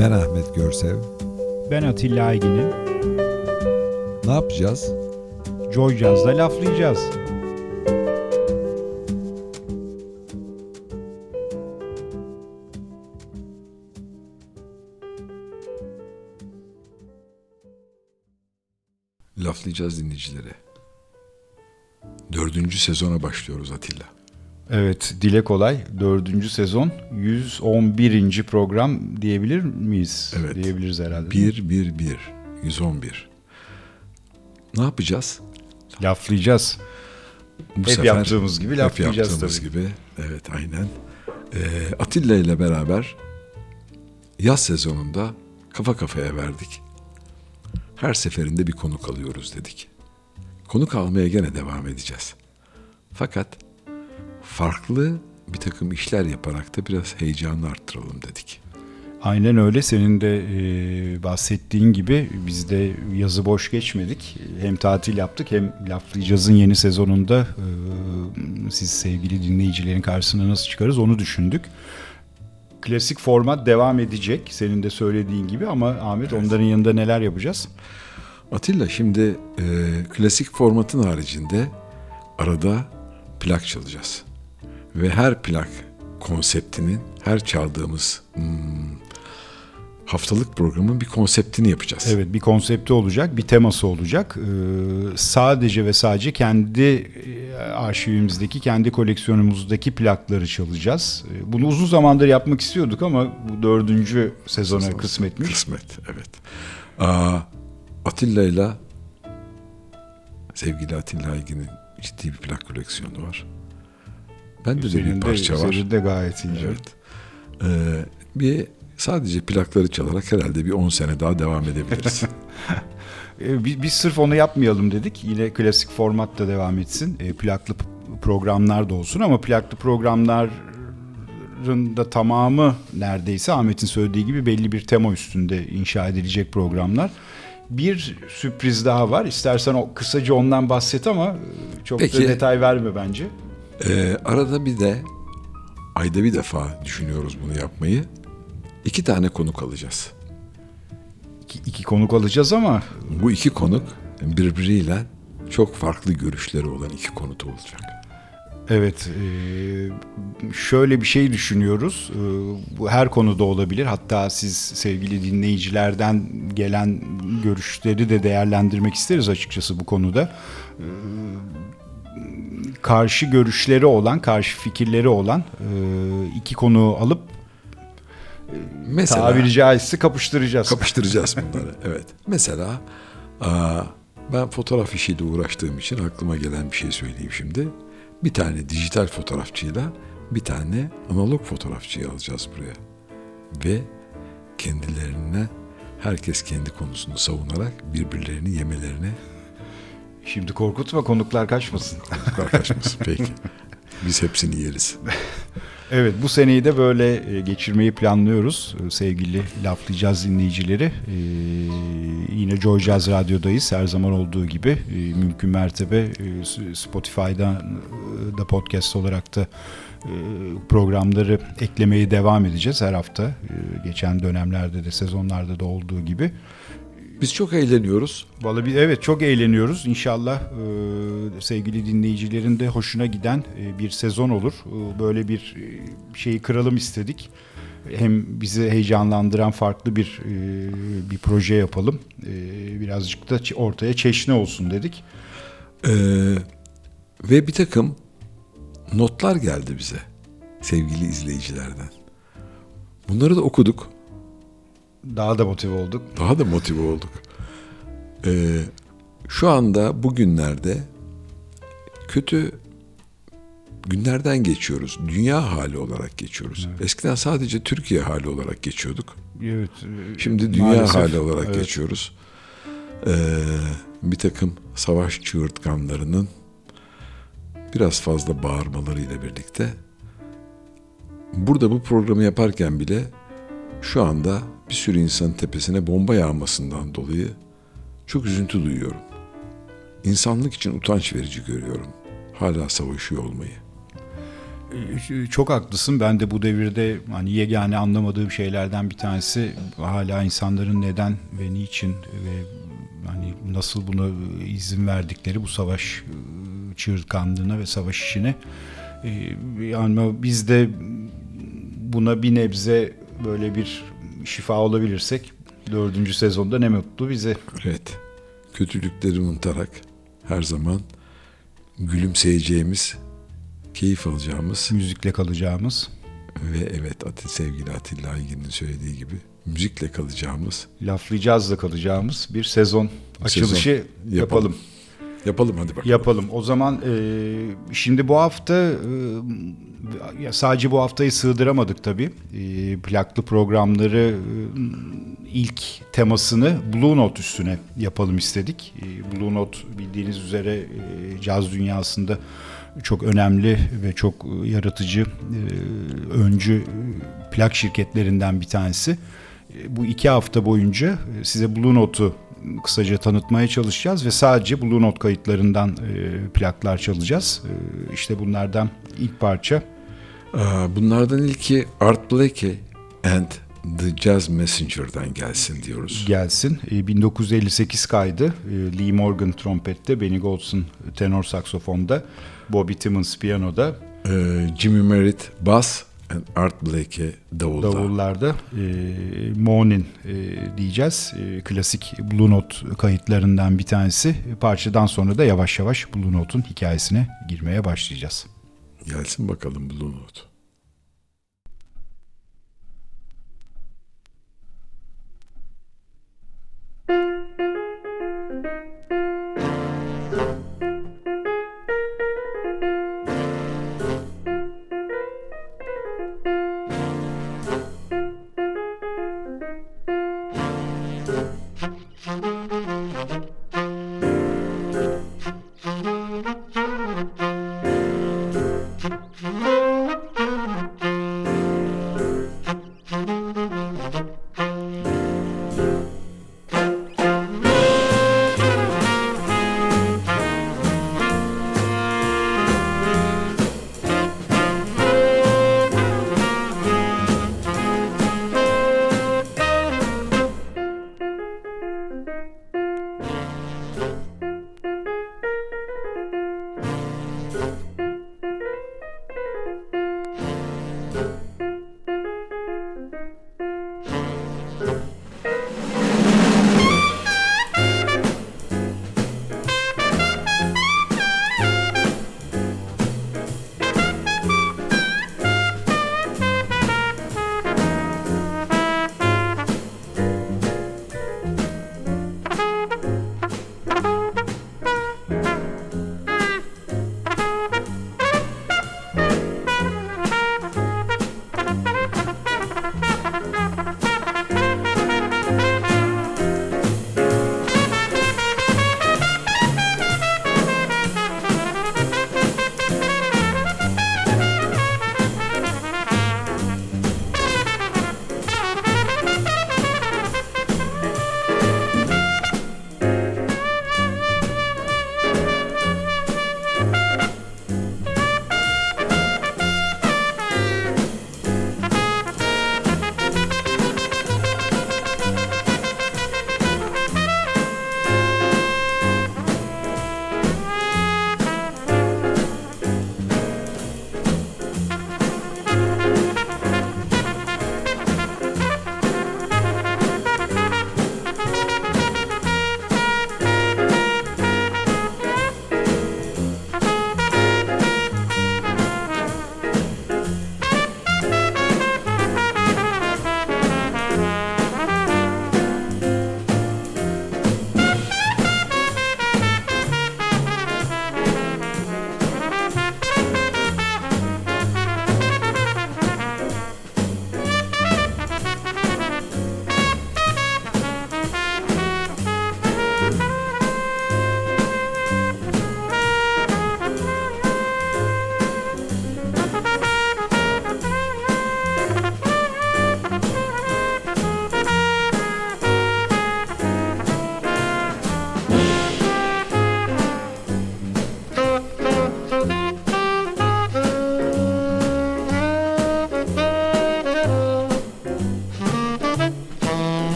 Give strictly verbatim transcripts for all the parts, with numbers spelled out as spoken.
Ben Ahmet Görsev. Ben Atilla Aygin'im. Ne yapacağız? Joy Jazz'da laflayacağız. Laflayacağız dinleyicilere. Dördüncü sezona başlıyoruz Atilla. Evet, dile kolay. Dördüncü sezon, yüz on birinci program diyebilir miyiz? Evet. Diyebiliriz herhalde. Bir, bir, bir. yüz on bir. Ne yapacağız? Laflayacağız. Bu hep sefer yaptığımız gibi hep laflayacağız yaptığımız tabii. gibi. Evet, aynen. Ee, Atilla ile beraber yaz sezonunda kafa kafaya verdik. Her seferinde bir konuk alıyoruz dedik. Konuk almaya gene devam edeceğiz. Fakat farklı bir takım işler yaparak da biraz heyecanı arttıralım dedik. Aynen öyle. Senin de e, bahsettiğin gibi biz de yazı boş geçmedik. Hem tatil yaptık hem Laflayacağız'ın yeni sezonunda e, siz sevgili dinleyicilerin karşısına nasıl çıkarız onu düşündük. Klasik format devam edecek senin de söylediğin gibi ama Ahmet evet. Onların yanında neler yapacağız? Atilla şimdi e, klasik formatın haricinde arada plak çalacağız. Ve her plak konseptinin, her çaldığımız hmm, haftalık programın bir konseptini yapacağız. Evet, bir konsepti olacak, bir teması olacak. Ee, sadece ve sadece kendi arşivimizdeki, kendi koleksiyonumuzdaki plakları çalacağız. Ee, bunu uzun zamandır yapmak istiyorduk ama bu dördüncü sezona Sezon, kısmetmiş. Kısmet, evet. Aa, Atilla ile sevgili Atilla Aygin'in ciddi bir plak koleksiyonu var. Ben de, de bir parça var. Üzerinde gayet iyi. Evet. Ee, bir sadece plakları çalarak herhalde bir on sene daha devam edebiliriz. biz, biz sırf onu yapmayalım dedik. Yine klasik formatta devam etsin. E, plaklı programlar da olsun ama plaklı programların da tamamı neredeyse Ahmet'in söylediği gibi belli bir tema üstünde inşa edilecek programlar. Bir sürpriz daha var. İstersen o, kısaca ondan bahset ama çok Peki, da detay verme bence. E, arada bir de ayda bir defa düşünüyoruz bunu yapmayı. İki tane konuk alacağız. İki, iki konuk alacağız ama... Bu iki konuk birbiriyle çok farklı görüşleri olan iki konuk olacak. Evet, şöyle bir şey düşünüyoruz. Bu her konuda olabilir. Hatta siz sevgili dinleyicilerden gelen görüşleri de değerlendirmek isteriz açıkçası bu konuda. Karşı görüşleri olan, karşı fikirleri olan iki konuğu alıp mesela, tabiri caizse kapıştıracağız. Kapıştıracağız bunları, evet. Mesela ben fotoğraf işiyle uğraştığım için aklıma gelen bir şey söyleyeyim şimdi. Bir tane dijital fotoğrafçıyla bir tane analog fotoğrafçıyı alacağız buraya. Ve kendilerine, herkes kendi konusunu savunarak birbirlerini yemelerine... Şimdi korkutma, konuklar kaçmasın. Konuklar kaçmasın, peki. Biz hepsini yeriz. Evet, bu seneyi de böyle geçirmeyi planlıyoruz sevgili Laflayacağız dinleyicileri. Ee, yine Joy Jazz Radyo'dayız her zaman olduğu gibi. Ee, mümkün mertebe Spotify'da da podcast olarak da programları eklemeye devam edeceğiz her hafta. Ee, geçen dönemlerde de sezonlarda da olduğu gibi. Biz çok eğleniyoruz. Vallahi bir, evet çok eğleniyoruz. İnşallah e, sevgili dinleyicilerin de hoşuna giden e, bir sezon olur. E, böyle bir e, şeyi kıralım istedik. Hem bizi heyecanlandıran farklı bir e, bir proje yapalım. E, birazcık da ortaya çeşne olsun dedik. Ee, ve bir takım notlar geldi bize sevgili izleyicilerden. Bunları da okuduk. Daha da motive olduk. Daha da motive olduk. Ee, şu anda bugünlerde kötü günlerden geçiyoruz. Dünya hali olarak geçiyoruz. Evet. Eskiden sadece Türkiye hali olarak geçiyorduk. Evet. Şimdi dünya maalesef, hali olarak evet. geçiyoruz. Ee, bir takım savaş çığırtkanlarının biraz fazla bağırmalarıyla birlikte burada bu programı yaparken bile şu anda bir sürü insanın tepesine bomba yağmasından dolayı çok üzüntü duyuyorum. İnsanlık için utanç verici görüyorum hala savaşıyor olmayı. Çok haklısın. Ben de bu devirde hani yegane anlamadığım şeylerden bir tanesi hala insanların neden ve niçin ve hani nasıl buna izin verdikleri bu savaş çığırtkanlığına ve savaş işine. Yani biz de buna bir nebze böyle bir şifa olabilirsek dördüncü sezonda ne mutlu bize. Evet. Kötülükleri unutarak her zaman gülümseyeceğimiz, keyif alacağımız, müzikle kalacağımız ve evet Atil, sevgili Atilla Aygin'in söylediği gibi müzikle kalacağımız, laflayacağız da kalacağımız bir sezon açılışı sezon yapalım. yapalım. Yapalım hadi bakalım. Yapalım. O zaman e, şimdi bu hafta e, sadece bu haftayı sığdıramadık tabii. E, plaklı programları e, ilk temasını Blue Note üstüne yapalım istedik. E, Blue Note bildiğiniz üzere e, caz dünyasında çok önemli ve çok yaratıcı, e, öncü plak şirketlerinden bir tanesi. E, bu iki hafta boyunca size Blue Note'u kısaca tanıtmaya çalışacağız ve sadece Blue Note kayıtlarından e, plaklar çalacağız. E, işte bunlardan ilk parça. Bunlardan ilki Art Blakey and The Jazz Messenger'dan gelsin diyoruz. Gelsin. E, bin dokuz yüz elli sekiz kaydı. E, Lee Morgan trompette, Benny Golson tenor saksofonda, Bobby Timmons piyanoda, e, Jimmy Merritt bass and Art Blakey davulda. Davullarda e, Morning e, diyeceğiz. E, klasik Blue Note kayıtlarından bir tanesi. Parçadan sonra da yavaş yavaş Blue Note'un hikayesine girmeye başlayacağız. Gelsin bakalım Blue Note. Thank you.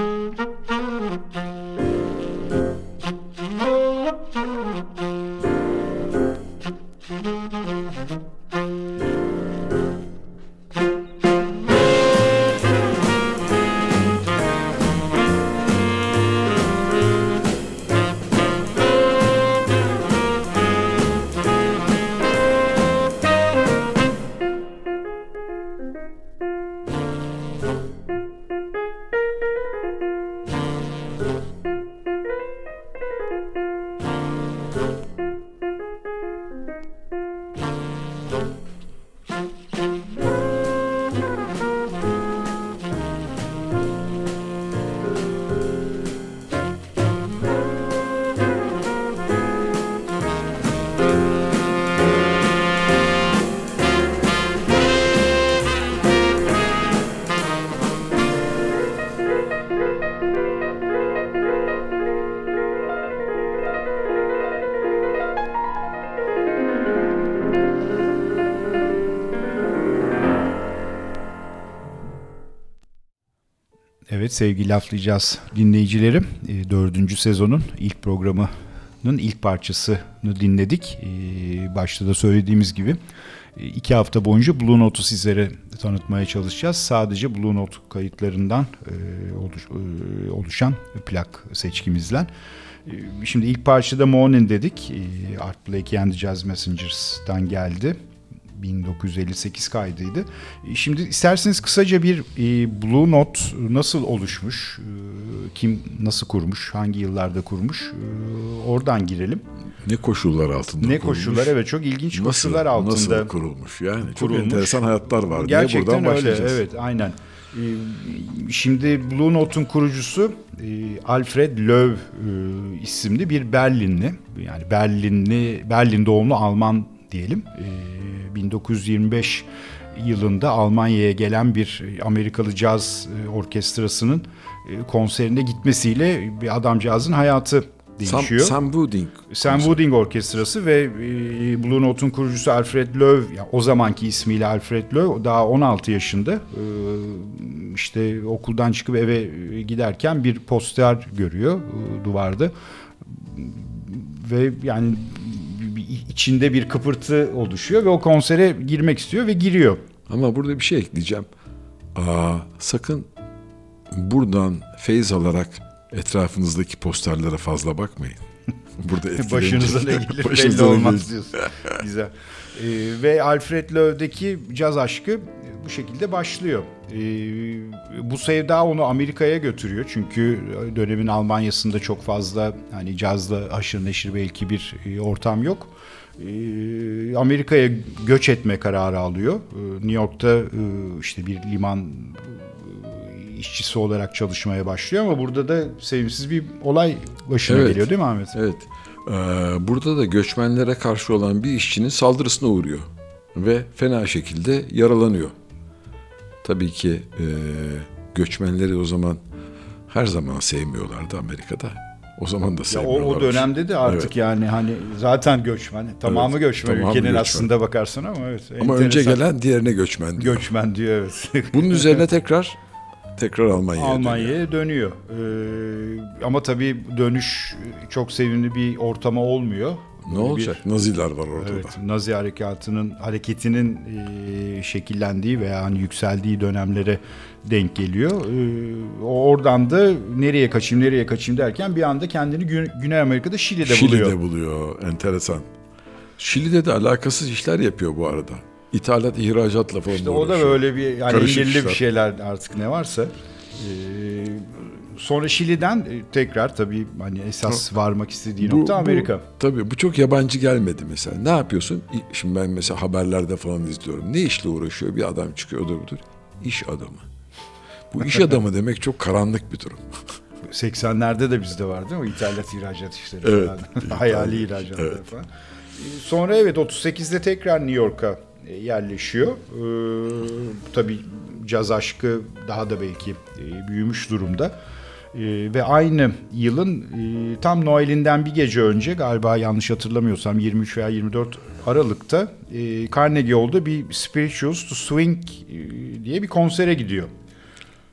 Evet sevgili Laflayacağız dinleyicilerim, e, dördüncü sezonun ilk programının ilk parçasını dinledik. E, başta da söylediğimiz gibi e, iki hafta boyunca Blue Note'u sizlere tanıtmaya çalışacağız. Sadece Blue Note kayıtlarından e, oluş, e, oluşan plak seçkimizle. E, şimdi ilk parçada Morning dedik. E, Art Blakey and the Jazz Messengers'tan geldi. bin dokuz yüz elli sekiz kaydıydı. Şimdi isterseniz kısaca bir e, Blue Note nasıl oluşmuş, e, kim nasıl kurmuş, hangi yıllarda kurmuş, e, oradan girelim. Ne koşullar altında Ne kurulmuş? koşullar, evet çok ilginç nasıl, koşullar altında. Nasıl kurulmuş yani? Çok kurulmuş. enteresan hayatlar var. Gerçekten diye öyle, evet aynen. E, şimdi Blue Note'un kurucusu e, Alfred Löw e, isimli bir Berlinli, yani Berlinli, Berlin doğumlu Alman diyelim. E, bin dokuz yüz yirmi beş yılında Almanya'ya gelen bir Amerikalı caz orkestrasının konserine gitmesiyle bir adamcağızın hayatı değişiyor. Sam, Sam Wooding. Sam Wooding Orkestrası ve Blue Note'un kurucusu Alfred Löw, yani o zamanki ismiyle Alfred Löw, daha on altı yaşında işte okuldan çıkıp eve giderken bir poster görüyor duvarda ve yani içinde bir kıpırtı oluşuyor ve o konsere girmek istiyor ve giriyor. Ama burada bir şey ekleyeceğim. Aa, sakın buradan feyz alarak etrafınızdaki posterlere fazla bakmayın. Burada Başınıza ne gelir belli olmaz diyorsun. Güzel. Ee, ve Alfred Löw'deki caz aşkı bu şekilde başlıyor. Ee, bu sevda onu Amerika'ya götürüyor. Çünkü dönemin Almanya'sında çok fazla hani cazla haşır neşir belki bir ortam yok. Ee, Amerika'ya göç etme kararı alıyor. Ee, New York'ta e, işte bir liman e, işçisi olarak çalışmaya başlıyor ama burada da sevimsiz bir olay başına evet, geliyor değil mi Ahmet? Evet. Ee, burada da göçmenlere karşı olan bir işçinin saldırısına uğruyor ve fena şekilde yaralanıyor. Tabii ki e, göçmenleri o zaman her zaman sevmiyorlardı Amerika'da. O zaman da sevmiyorlardı. O, o dönemde de artık evet. Yani hani zaten göçmen, tamamı evet, göçmen tamamı ülkenin göçmen. Aslında bakarsan ama evet. Ama enteresan. Önce gelen diğerine göçmen diyor. Göçmen diyor evet. Bunun üzerine tekrar tekrar Almanya'ya, Almanya'ya dönüyor. dönüyor. Ee, ama tabii dönüş çok sevimli bir ortama olmuyor. Ne Böyle olacak? Bir, Naziler var ortada. Evet, Nazi harekatının hareketinin e, şekillendiği veya hani yükseldiği dönemlere denk geliyor. E, oradan da nereye kaçayım nereye kaçayım derken bir anda kendini Gü- Güney Amerika'da Şili'de, Şili'de buluyor. Şili'de buluyor. Enteresan. Şili'de de alakasız işler yapıyor bu arada. İthalat, ihracatla falan İşte uğraşıyor. o da böyle bir yani engelli işler. bir şeyler artık ne varsa. Ee, sonra Şili'den tekrar tabii hani esas varmak istediği bu, nokta Amerika. Bu, tabii bu çok yabancı gelmedi mesela. Ne yapıyorsun? Şimdi ben mesela haberlerde falan izliyorum. Ne işle uğraşıyor? Bir adam çıkıyor odur budur. İş adamı. Bu iş adamı demek çok karanlık bir durum. seksenlerde de bizde var değil mi? İthalat, ihracat işleri evet, falan. Hayali ihracatlar evet. falan. Sonra evet otuz sekizde tekrar New York'a yerleşiyor. Ee, tabii caz aşkı daha da belki e, büyümüş durumda. E, ve aynı yılın e, tam Noel'inden bir gece önce galiba yanlış hatırlamıyorsam yirmi üç veya yirmi dört Aralık'ta e, Carnegie Hall'da bir Spirituals to Swing e, diye bir konsere gidiyor.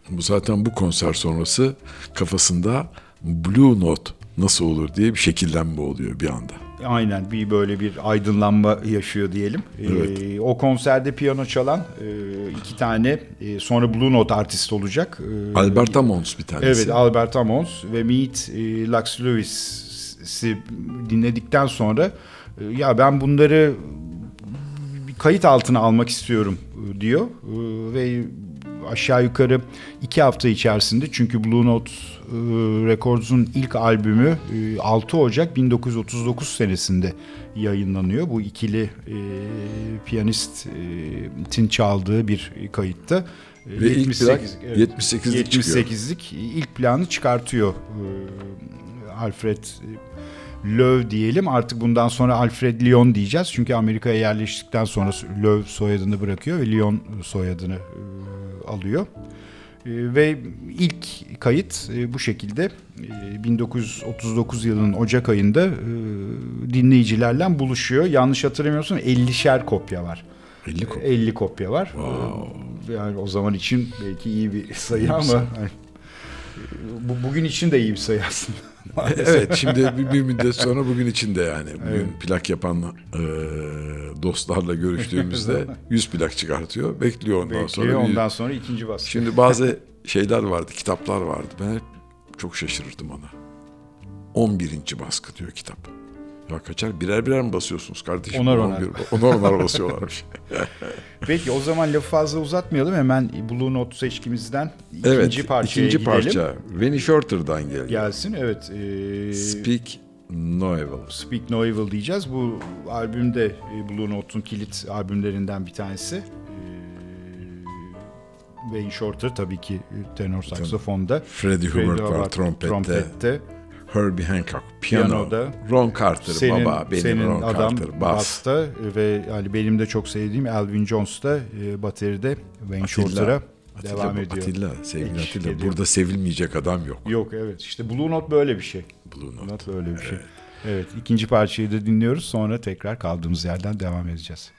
Bu zaten bu konser sonrası kafasında Blue Note nasıl olur diye bir şekillenme oluyor bir anda. Aynen, bir böyle bir aydınlanma yaşıyor diyelim. Evet. Ee, o konserde piyano çalan e, iki tane e, sonra Blue Note artist olacak. Ee, Albert Ammons bir tanesi. Evet, Albert Ammons ve Meet e, Lux Lewis'i dinledikten sonra e, ya ben bunları bir kayıt altına almak istiyorum e, diyor e, ve aşağı yukarı iki hafta içerisinde, çünkü Blue Note e, Records'un ilk albümü e, altı Ocak bin dokuz yüz otuz dokuz senesinde yayınlanıyor. Bu ikili e, piyanistin çaldığı bir kayıtta. Ve ilk plak evet, yetmiş sekizlik yetmiş sekizlik ilk planı çıkartıyor e, Alfred Löw diyelim. Artık bundan sonra Alfred Lyon diyeceğiz. Çünkü Amerika'ya yerleştikten sonra Löw soyadını bırakıyor ve Lyon soyadını e, alıyor. E, ve ilk kayıt e, bu şekilde e, bin dokuz yüz otuz dokuz yılının Ocak ayında e, dinleyicilerle buluşuyor. Yanlış hatırlamıyorsam ellişer kopya var. elli kopya. elli kopya var. Wow. Yani o zaman için belki iyi bir sayı iyi ama sayı. Yani, bu, bugün için de iyi bir sayı aslında. Evet, şimdi bir, bir müddet sonra bugün için de yani. Bugün Evet. plak yapan e, dostlarla görüştüğümüzde yüz plak çıkartıyor. Bekliyor ondan Bekliyor, sonra. Bir, ondan sonra ikinci baskı. Şimdi bazı şeyler vardı, kitaplar vardı. Ben hep çok şaşırırdım ona. on birinci baskı diyor kitap. Ya kaçar? Birer birer mi basıyorsunuz kardeşim? Onar onar. Onar onar basıyorlarmış. Peki o zaman lafı fazla uzatmayalım. Hemen Blue Note seçkimizden ikinci Evet, parçaya ikinci gidelim. parça. Vinnie Shorter'dan geliyor. Gelsin, evet. E, Speak No Evil. Speak No Evil diyeceğiz. Bu albümde e, Blue Note'un kilit albümlerinden bir tanesi. E, Wayne Shorter tabii ki tenor saksafonda. Freddie Hubbard var trompette. trompette. Herbie Hancock piyanoda. Piyanoda. Ron Carter Senin, baba benim senin Ron adam Carter bas. basta ve yani benim de çok sevdiğim Elvin Jones da e, bateride Wayne Shorter'a devam Atilla, ediyor. Atilla, sevgili Eşlik Atilla. ediyor. Burada sevilmeyecek adam yok. Yok, evet, işte Blue Note böyle bir şey. Blue Note. Note böyle bir şey. Evet, ikinci parçayı da dinliyoruz, sonra tekrar kaldığımız yerden devam edeceğiz.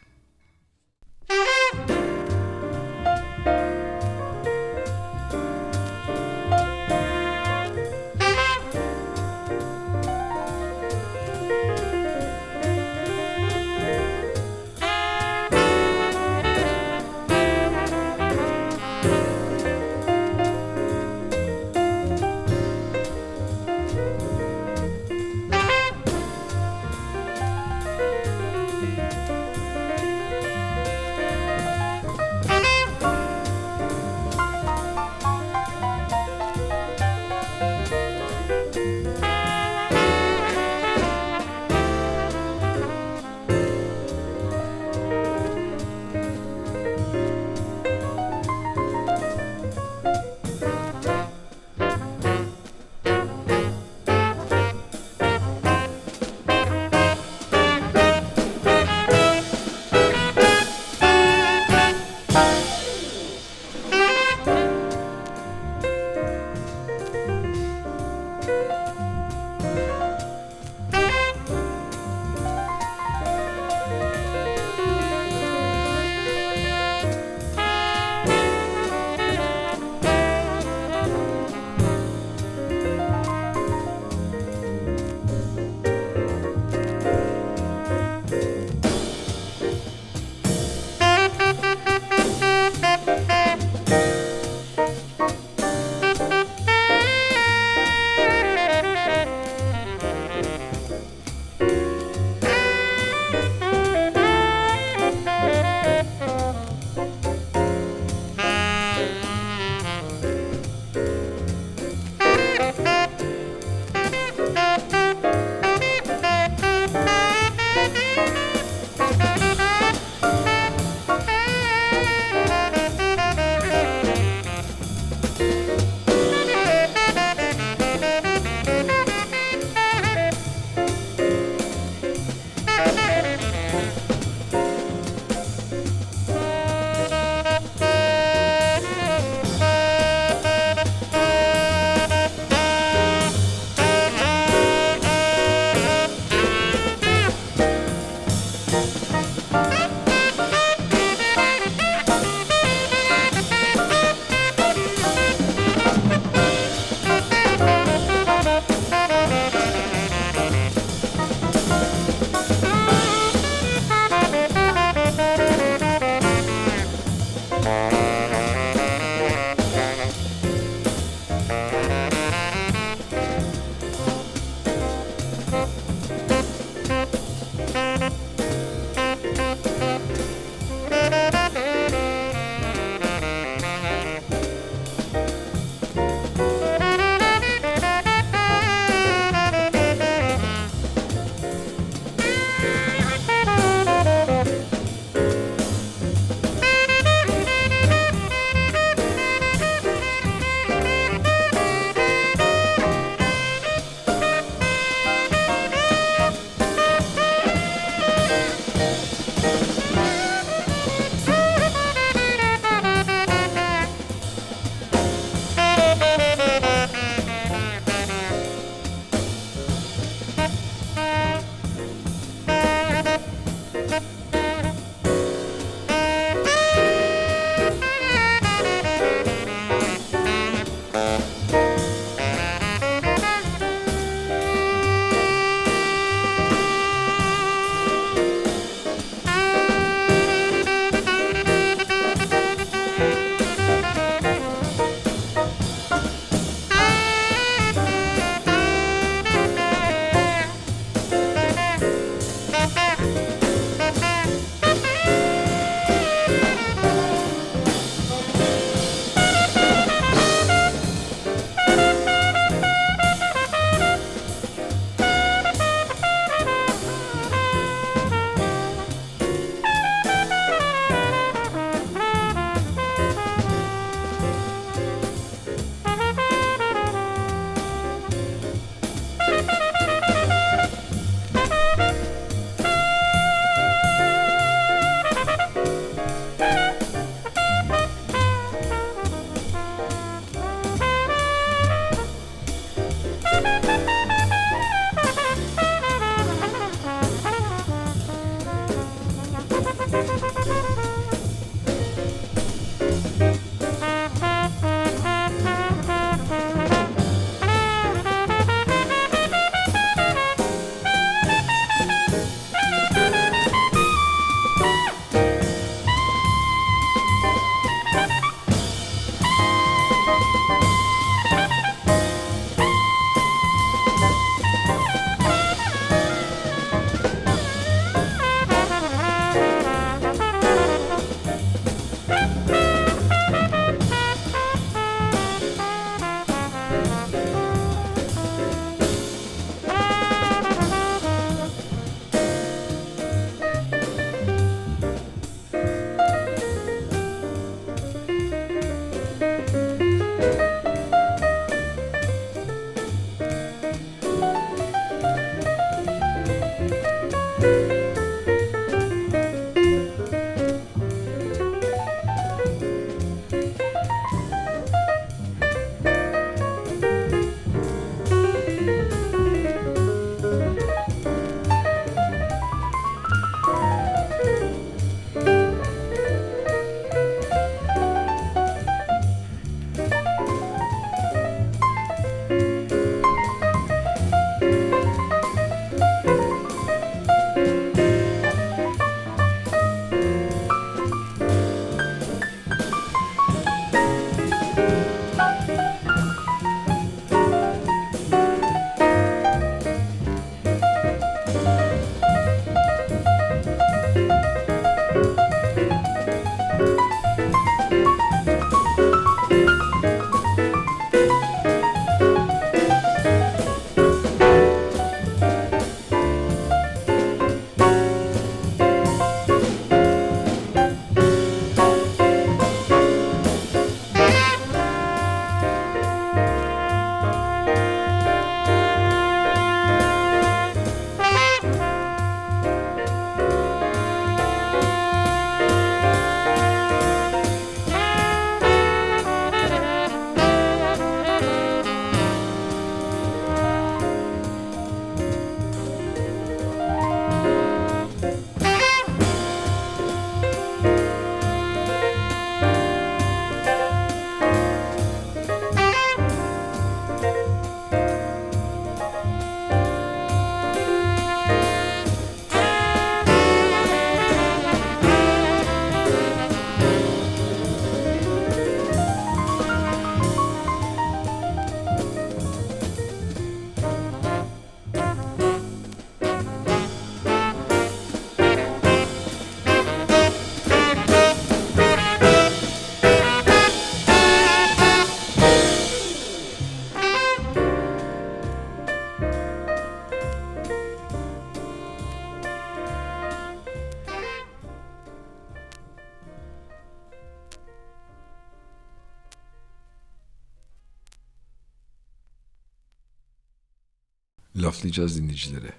Laflayacağız dinleyicilere.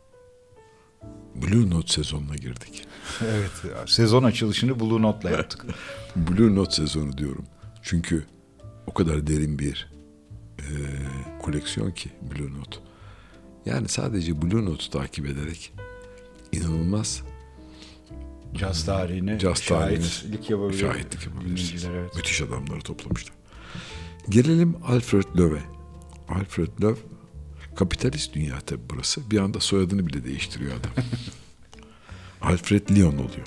Blue Note sezonuna girdik. Evet, sezon açılışını Blue Note'la yaptık. Blue Note sezonu diyorum. Çünkü o kadar derin bir e, koleksiyon ki Blue Note. Yani sadece Blue Note'u takip ederek inanılmaz caz tarihine caz tarihine şahitlik yapabilir. Şahitlik yapabilirsiniz. Evet. Müthiş adamları toplamışlar. Gelelim Alfred Löw'e. Alfred Löw kapitalist dünya tabi burası. Bir anda soyadını bile değiştiriyor adam. Alfred Lion oluyor.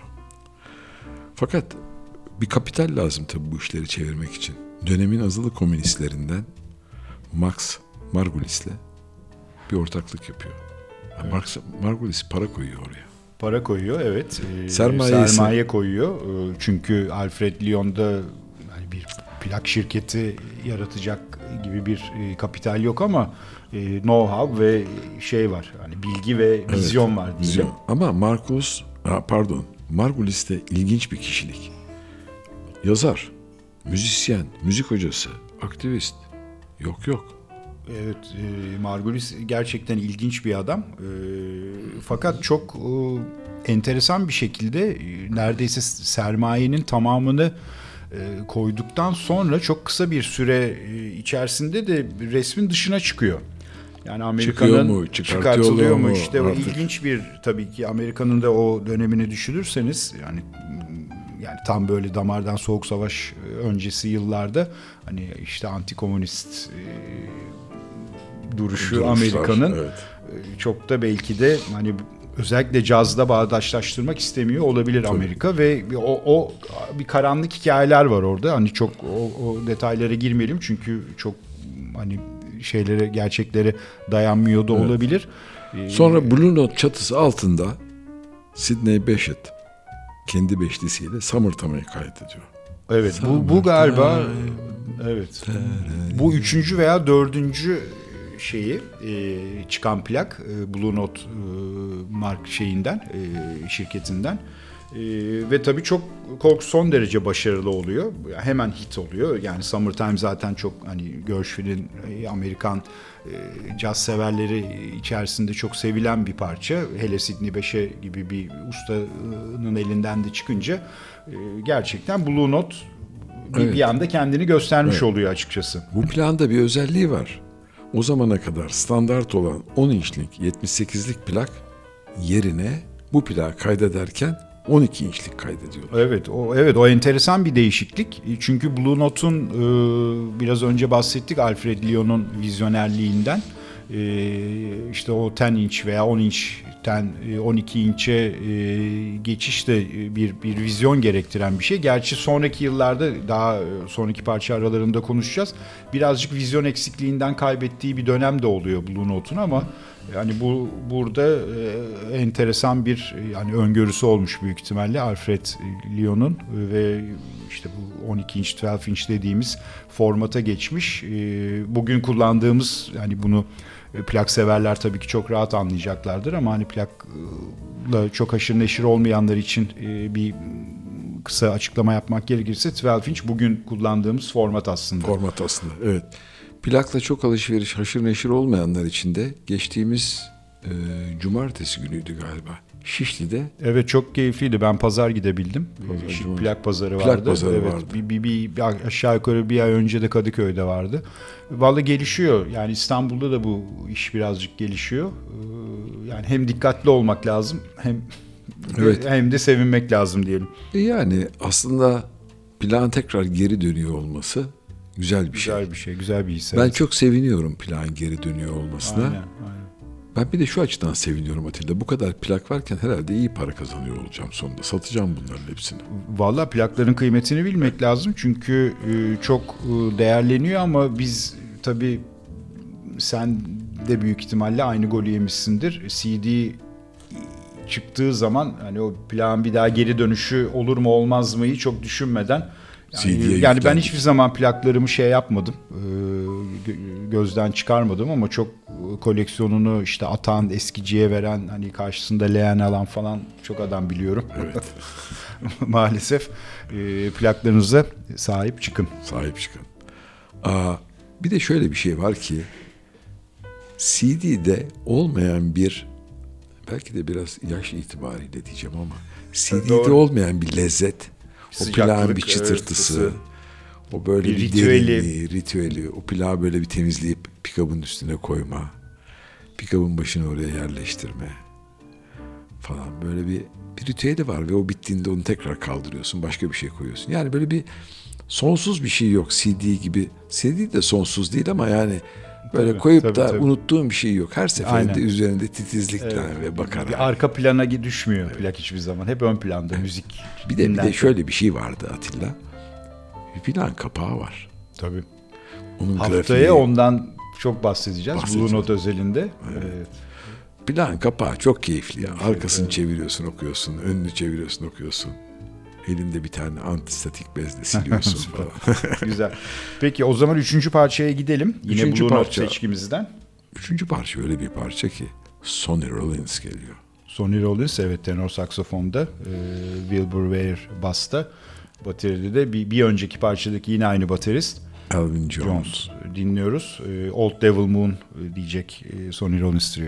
Fakat bir kapital lazım tabi bu işleri çevirmek için. Dönemin azılı komünistlerinden Max Margulis'le bir ortaklık yapıyor. Evet. Max Margulis para koyuyor oraya. Para koyuyor, evet. Ee, Sermaye, sermaye koyuyor. Ee, çünkü Alfred Lyon'da yani bir plak şirketi yaratacak gibi bir e, kapital yok ama e, know-how ve şey var. Hani bilgi ve vizyon evet, var diyelim. Vizyon. Ama Marcus, ha, pardon, Margulis de ilginç bir kişilik. Yazar, müzisyen, müzik hocası, aktivist. Yok yok. Evet, e, Margulis gerçekten ilginç bir adam. E, fakat çok e, enteresan bir şekilde e, neredeyse sermayenin tamamını e, koyduktan sonra çok kısa bir süre e, içerisinde de resmin dışına çıkıyor. Yani Amerika'nın mu, çıkartılıyor mu? İşte o artık. ilginç bir, tabii ki Amerika'nın da o dönemini düşünürseniz yani yani tam böyle damardan soğuk savaş öncesi yıllarda hani işte antikomünist e, duruşu Duruşlar, Amerika'nın evet. Çok da belki de hani özellikle cazda bağdaşlaştırmak istemiyor olabilir Tabii. Amerika ve o, o bir karanlık hikayeler var orada. Hani çok o, o detaylara girmeyelim çünkü çok hani şeylere, gerçeklere dayanmıyor da evet. olabilir. Sonra Blue Note çatısı altında Sidney Bechet kendi beşlisiyle Summertime'ı kaydediyor. Evet, bu bu galiba evet. Bu üçüncü veya dördüncü şeyi e, çıkan plak e, Blue Note e, mark şeyinden e, şirketinden Ee, ve tabii çok son derece başarılı oluyor. Hemen hit oluyor. Yani Summertime zaten çok hani Gershwin'in Amerikan e, caz severleri içerisinde çok sevilen bir parça. Hele Sidney Bechet gibi bir ustanın elinden de çıkınca e, gerçekten Blue Note bir, evet. bir anda kendini göstermiş evet. oluyor açıkçası. Bu planda bir özelliği var. O zamana kadar standart olan on inçlik yetmiş sekizlik plak yerine bu plağı kaydederken on iki inçlik kaydediyorlar. Evet, o evet o enteresan bir değişiklik. Çünkü Blue Note'un e, biraz önce bahsettik Alfred Lyon'un vizyonerliğinden. E, işte o on inç veya on inçten on iki inçe e, geçiş de bir bir vizyon gerektiren bir şey. Gerçi sonraki yıllarda daha sonraki parça aralarında konuşacağız. Birazcık vizyon eksikliğinden kaybettiği bir dönem de oluyor Blue Note'un ama yani bu burada e, enteresan bir yani öngörüsü olmuş büyük ihtimalle Alfred Lyon'un ve işte bu on iki inç, on iki inç dediğimiz formata geçmiş. E, bugün kullandığımız yani bunu e, plak severler tabii ki çok rahat anlayacaklardır ama hani plakla çok haşır neşir olmayanlar için e, bir kısa açıklama yapmak gerekirse on iki inç bugün kullandığımız format aslında. Format aslında, evet. Plakla çok alışveriş, haşır neşir olmayanlar için de geçtiğimiz e, cumartesi günüydü galiba. Şişli'de. Evet çok keyifliydi. Ben pazar gidebildim. Pazar, Şi, plak pazarı plak vardı. Plak pazarı evet, vardı. Bir, bir, bir, bir aşağı yukarı bir ay önce de Kadıköy'de vardı. Vallahi gelişiyor. Yani İstanbul'da da bu iş birazcık gelişiyor. Yani hem dikkatli olmak lazım hem evet. hem de sevinmek lazım diyelim. Yani aslında plağın tekrar geri dönüyor olması güzel bir güzel şey. Güzel bir şey, güzel bir his. Ben evet. çok seviniyorum plağın geri dönüyor olmasına. Aynen, aynen. Ben bir de şu açıdan seviniyorum Atilla. Bu kadar plak varken herhalde iyi para kazanıyor olacağım sonunda. Satacağım bunların hepsini. Vallahi plakların kıymetini bilmek lazım. Çünkü çok değerleniyor ama biz tabii sen de büyük ihtimalle aynı golü yemişsindir. C D çıktığı zaman hani o plağın bir daha geri dönüşü olur mu olmaz mıyı çok düşünmeden Yani, yani ben hiçbir zaman plaklarımı şey yapmadım, gözden çıkarmadım ama çok koleksiyonunu işte atan, eskiciye veren, hani karşısında leğen alan falan çok adam biliyorum. Evet. Maalesef plaklarınıza sahip çıkın. Sahip çıkın. Aa, bir de şöyle bir şey var ki C D'de olmayan bir, belki de biraz yaş itibariyle diyeceğim ama C D'de Doğru. olmayan bir lezzet. O plağın bir çıtırtısı, evet, o böyle bir, bir ritüeli. derinliği, ritüeli, o plağı böyle bir temizleyip pikabın üstüne koyma, pikabın başını oraya yerleştirme falan, böyle bir, bir ritüeli var ve o bittiğinde onu tekrar kaldırıyorsun, başka bir şey koyuyorsun. Yani böyle bir sonsuz bir şey yok C D gibi. C D de sonsuz değil ama yani böyle tabii, koyup tabii, da tabii. unuttuğum bir şey yok. Her seferinde Aynen. üzerinde titizlikle evet. ve bakarak. Bir arka plana düşmüyor evet. plak hiçbir zaman. Hep ön planda evet. müzik. Bir de, bir de şöyle bir şey vardı Atilla. Bir plağın kapağı var. Tabii. Onun Haftaya grafiği, ondan çok bahsedeceğiz. bahsedeceğiz. Blue Note özelinde. Evet. Evet. Plağın kapağı çok keyifli. Ya. Arkasını evet. çeviriyorsun, okuyorsun. Önünü çeviriyorsun, okuyorsun. Elinde bir tane antistatik bezle siliyorsun falan. Güzel. Peki o zaman üçüncü parçaya gidelim. Yine üçüncü Blue Note seçkimizden. Üçüncü parça öyle bir parça ki Sonny Rollins geliyor. Sonny Rollins evet tenor saksafonda, e, Wilbur Ware basta, bateride de bir, bir önceki parçadaki yine aynı baterist Elvin Jones, Jones dinliyoruz. E, Old Devil Moon e, diyecek e, Sonny Rollins Trio.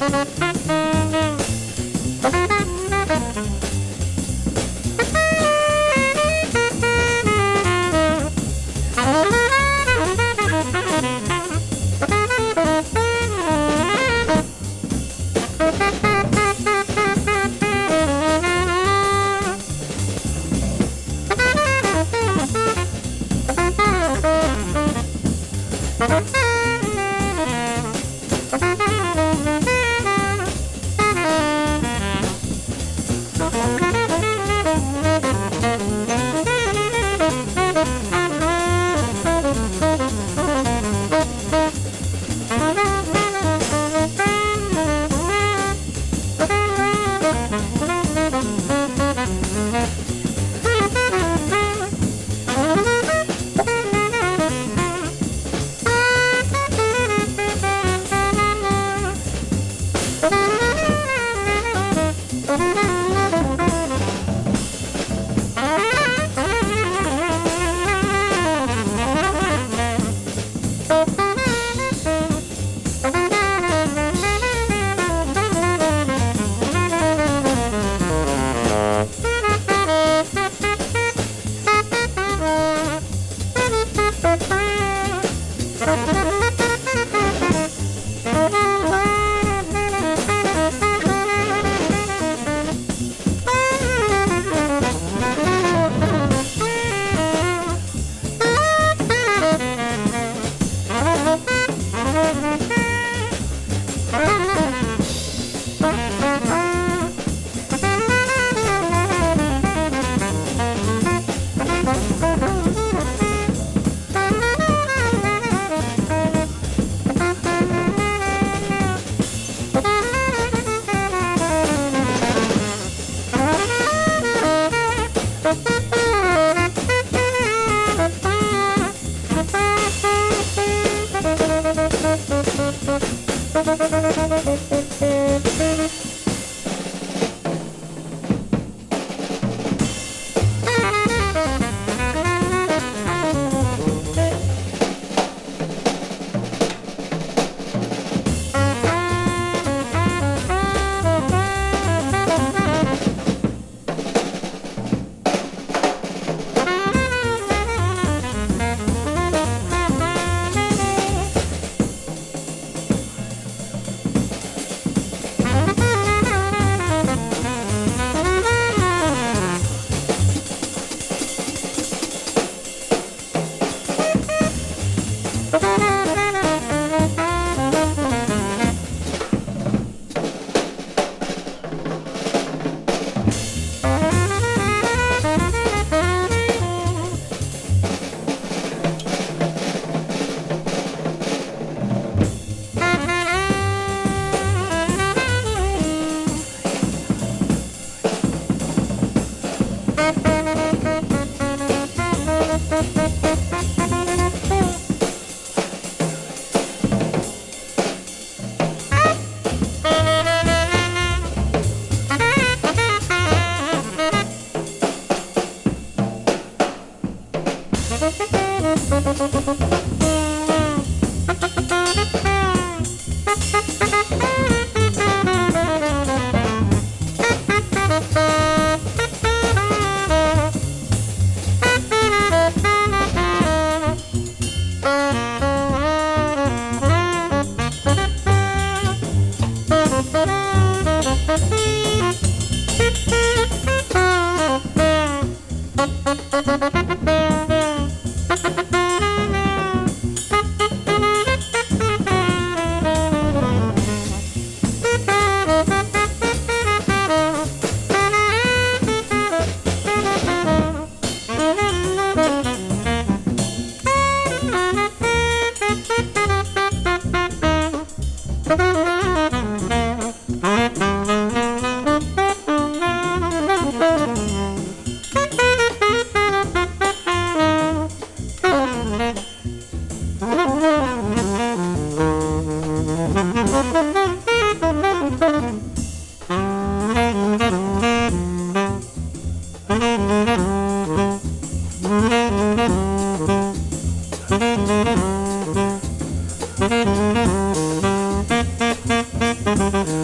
Thank you.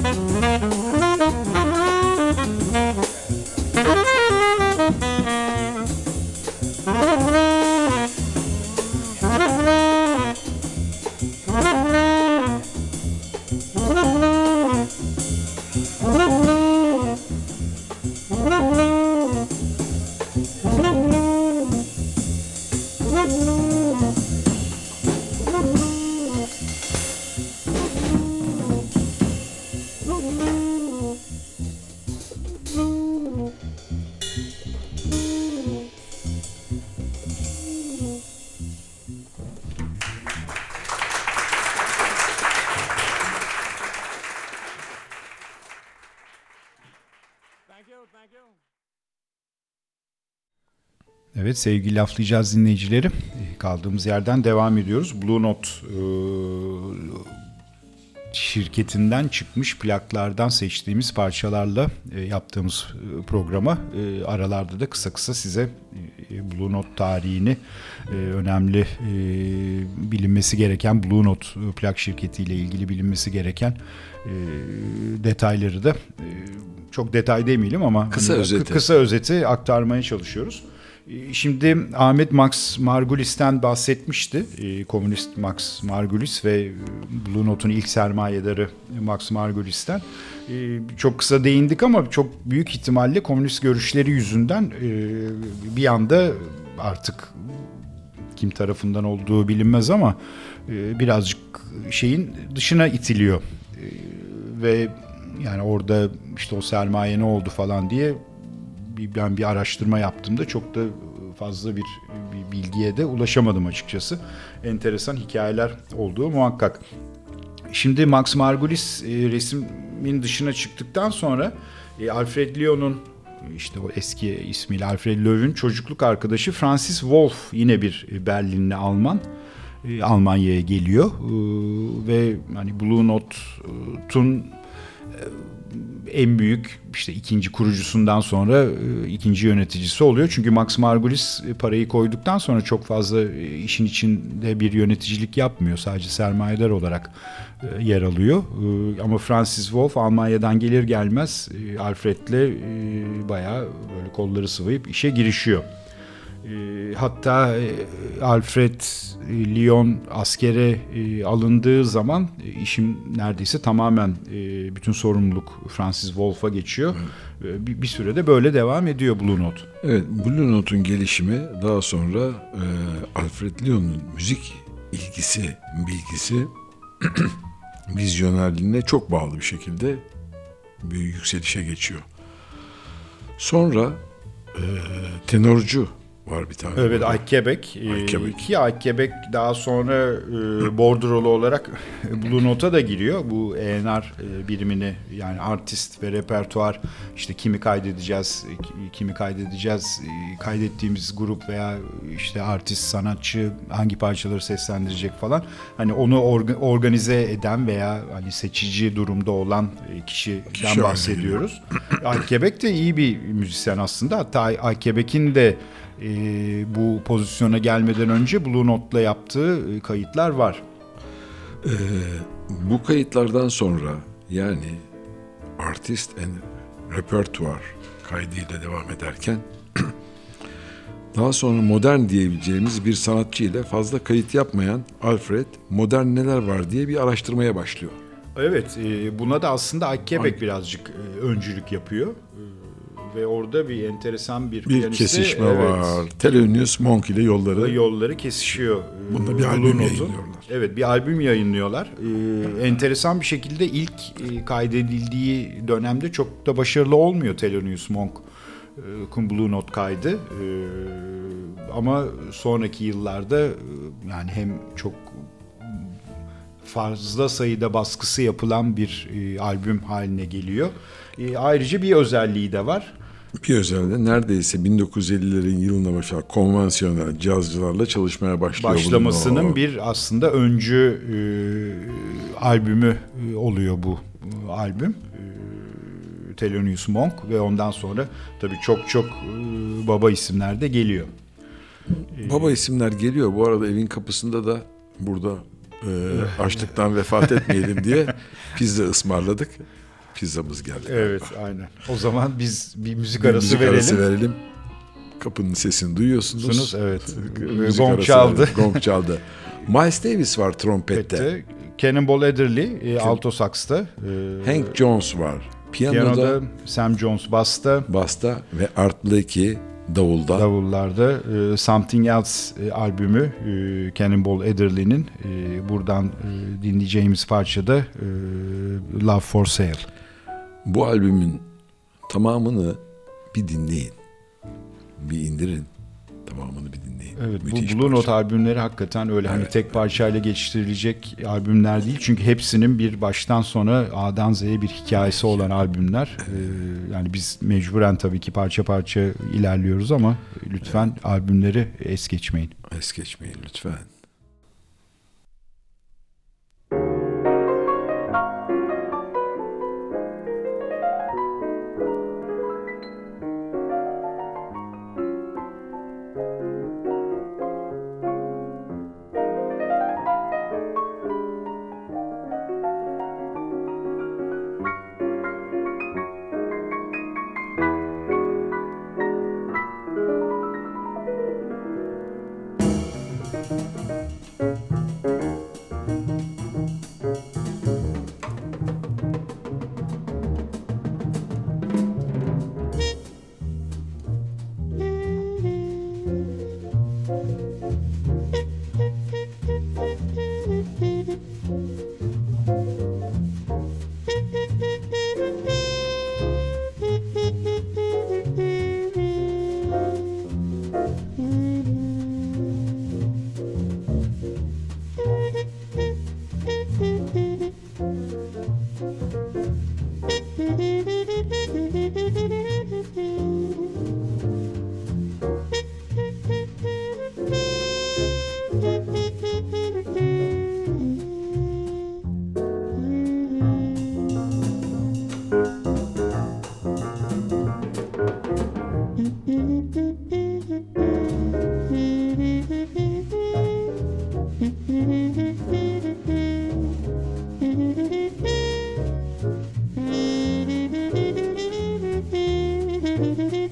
Evet sevgili laflayacağız dinleyicileri, kaldığımız yerden devam ediyoruz. Blue Note e, şirketinden çıkmış plaklardan seçtiğimiz parçalarla e, yaptığımız programa e, aralarda da kısa kısa size e, Blue Note tarihini, e, önemli e, bilinmesi gereken Blue Note plak şirketiyle ilgili bilinmesi gereken e, detayları da e, çok detay demeyelim ama kısa hani, özeti. kısa özeti aktarmaya çalışıyoruz. Şimdi Ahmet Max Margulis'ten bahsetmişti. Komünist Max Margulis ve Blue Note'un ilk sermayedarı Max Margulis'ten. Çok kısa değindik ama çok büyük ihtimalle komünist görüşleri yüzünden bir anda artık kim tarafından olduğu bilinmez ama birazcık şeyin dışına itiliyor. Ve yani orada işte o sermaye ne oldu falan diye ben bir araştırma yaptığımda çok da fazla bir, bir bilgiye de ulaşamadım açıkçası. Enteresan hikayeler olduğu muhakkak. Şimdi Max Margulis e, resmin dışına çıktıktan sonra e, Alfred Lyo'nun, işte o eski ismiyle Alfred Löw'ün çocukluk arkadaşı Francis Wolff, yine bir Berlinli Alman, e, Almanya'ya geliyor e, ve hani Blue Note'un e, en büyük işte ikinci kurucusundan sonra e, ikinci yöneticisi oluyor. Çünkü Max Margulis e, parayı koyduktan sonra çok fazla e, işin içinde bir yöneticilik yapmıyor. Sadece sermayedar olarak e, yer alıyor. E, ama Francis Wolff Almanya'dan gelir gelmez e, Alfred'le e, bayağı böyle kolları sıvayıp işe girişiyor. E, hatta e, Alfred e, Lyon askere e, alındığı zaman e, işim neredeyse tamamen e, bütün sorumluluk Francis Wolff'a geçiyor. Evet. E, bir, bir sürede böyle devam ediyor Blue Note. Evet, Blue Note'un gelişimi daha sonra e, Alfred Lyon'un müzik ilgisi, bilgisi, vizyonerliğine çok bağlı bir şekilde bir yükselişe geçiyor. Sonra e, tenorcu var bir tane. Evet, Ike Quebec. Ee, ki Ike Quebec daha sonra e, bordrolu olarak Blue Note'a da giriyor. Bu E and R e, birimini, yani artist ve repertuar, işte kimi kaydedeceğiz, kimi kaydedeceğiz, e, kaydettiğimiz grup veya işte artist, sanatçı hangi parçaları seslendirecek falan. Hani onu orga, organize eden veya hani seçici durumda olan kişiden Kişi bahsediyoruz. Ike Quebec de iyi bir müzisyen aslında. Hatta Ike Quebec'in de E, bu pozisyona gelmeden önce Blue Note'la yaptığı kayıtlar var. Ee, bu kayıtlardan sonra, yani artist and repertoire kaydıyla devam ederken daha sonra modern diyebileceğimiz bir sanatçı ile fazla kayıt yapmayan Alfred, modern neler var diye bir araştırmaya başlıyor. Evet, e, buna da aslında Ike Quebec birazcık e, öncülük yapıyor. Ve orada bir enteresan bir, bir piyaniste, kesişme evet, var. Thelonious Monk ile yolları yolları kesişiyor. Bunda bir albüm yayınlıyorlar. Evet, bir albüm yayınlıyorlar. Ee, enteresan bir şekilde ilk e, kaydedildiği dönemde çok da başarılı olmuyor Thelonious Monk'un Blue Note kaydı. Ee, ama sonraki yıllarda e, yani hem çok fazla sayıda baskısı yapılan bir e, albüm haline geliyor. E, ayrıca bir özelliği de var. Bir özelliği neredeyse bin dokuz yüz ellilerin yılına başlayan konvansiyonel cazcılarla çalışmaya başlıyor. Başlamasının bir aslında öncü e, albümü e, oluyor bu e, albüm. E, Thelonious Monk ve ondan sonra tabii çok çok e, baba isimler de geliyor. E, baba isimler geliyor. Bu arada evin kapısında da burada e, açlıktan vefat etmeyelim diye pizza ısmarladık. pizzamız geldi. Evet, aynen. O zaman biz bir müzik Bir arası müzik verelim. arası verelim. Kapının sesini duyuyorsunuz. Sunuz, evet. Müzik Gong arası çaldı. verelim. Gong çaldı. Miles Davis var trompette. Pette. Cannonball Adderley e, alto saks'ta. E, Hank Jones var piyanoda, piyanoda, Sam Jones basta, basta ve Art Blakey davulda. davullarda. E, Something Else e, albümü e, Cannonball Adderley'nin e, buradan e, dinleyeceğimiz parça da e, Love for Sale. Bu albümün tamamını bir dinleyin. Bir indirin. Tamamını bir dinleyin. Evet, Müthiş bu Blue parça. Note albümleri hakikaten öyle hani Evet, tek parçayla geçiştirilecek albümler değil. Çünkü hepsinin bir baştan sona A'dan Z'ye bir hikayesi olan albümler. Ee, yani biz mecburen tabii ki parça parça ilerliyoruz ama lütfen albümleri es geçmeyin. Es geçmeyin lütfen. Thank you.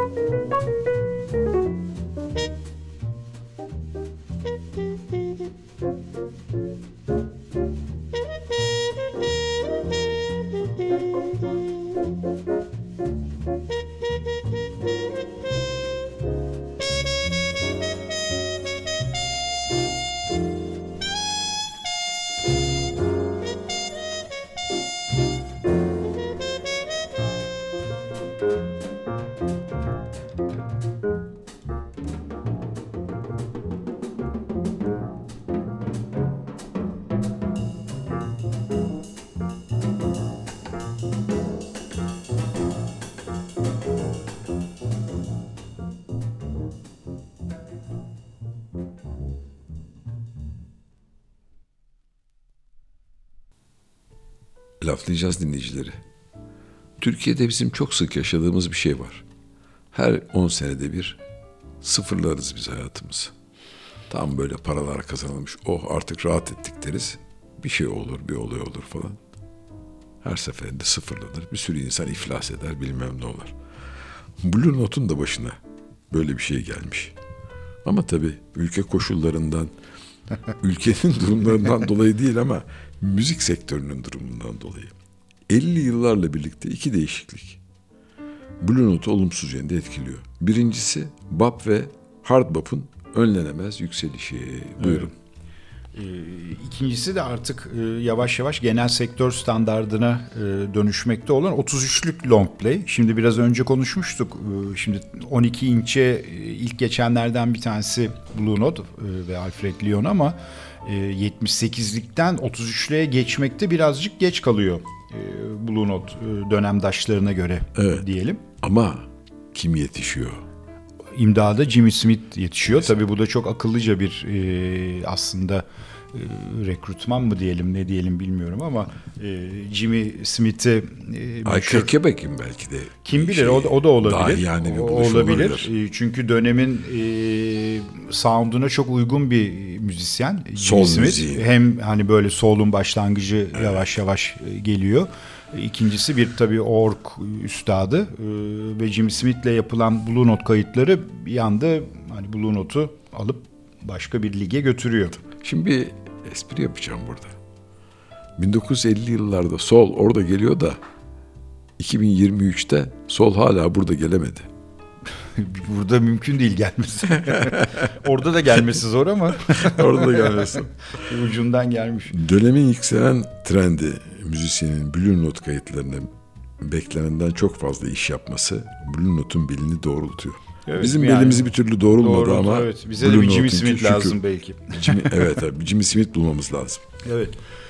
Laflayacağız dinleyicileri. Türkiye'de bizim çok sık yaşadığımız bir şey var. Her on senede bir sıfırlarız biz hayatımızı. Tam böyle paralar kazanılmış, oh artık rahat ettik deriz. Bir şey olur, bir olay olur falan. Her seferinde sıfırlanır. Bir sürü insan iflas eder, bilmem ne olur. Blue Note'un da başına böyle bir şey gelmiş. Ama tabii ülke koşullarından, ülkenin durumlarından dolayı değil ama müzik sektörünün durumundan dolayı. elli yıllarla birlikte iki değişiklik Blue Note'u olumsuz yönde etkiliyor. Birincisi bop ve hard bop'un önlenemez yükselişi. Buyurun. Evet. İkincisi de artık yavaş yavaş genel sektör standardına dönüşmekte olan otuz üçlük long play. Şimdi biraz önce konuşmuştuk. Şimdi on iki inçe ilk geçenlerden bir tanesi Blue Note ve Alfred Lion ama yetmiş sekizlikten otuz üçlüğe geçmekte birazcık geç kalıyor Blue Note dönemdaşlarına göre, evet, diyelim. Ama kim yetişiyor? İmdada Jimmy Smith yetişiyor. Mesela. Tabii bu da çok akıllıca bir e, aslında e, rekrutman mı diyelim ne diyelim bilmiyorum ama e, Jimmy Smith'i e, Ay Kekebeck'in belki de. Kim bilir şey, o, da, o da olabilir. Daha yani bir olabilir. olabilir. E, çünkü dönemin e, sound'una çok uygun bir müzisyen. Soul Smith. müziği. Hem hani böyle soul'un başlangıcı, evet, yavaş yavaş geliyor. İkincisi bir tabii org üstadı ve Jimmy Smith'le yapılan Blue Note kayıtları bir anda hani Blue Note'u alıp başka bir lige götürüyor. Şimdi bir espri yapacağım burada. bin dokuz yüz elli yıllarda soul orada geliyor da iki bin yirmi üçte soul hala burada gelemedi. Burada mümkün değil gelmesi. Orada da gelmesi zor ama. Orada da gelmesi. Ucundan gelmiş. Dönemin yükselen trendi müzisyenin Blue Note kayıtlarında beklenenden çok fazla iş yapması Blue Note'un belini doğrultuyor. Evet, Bizim yani, belimizi bir türlü doğrulmadı doğrultu, ama. Evet. Bize Blue de bir Jimmy Smith lazım belki. Jimmy, evet abi, Jimmy Smith bulmamız lazım. Evet.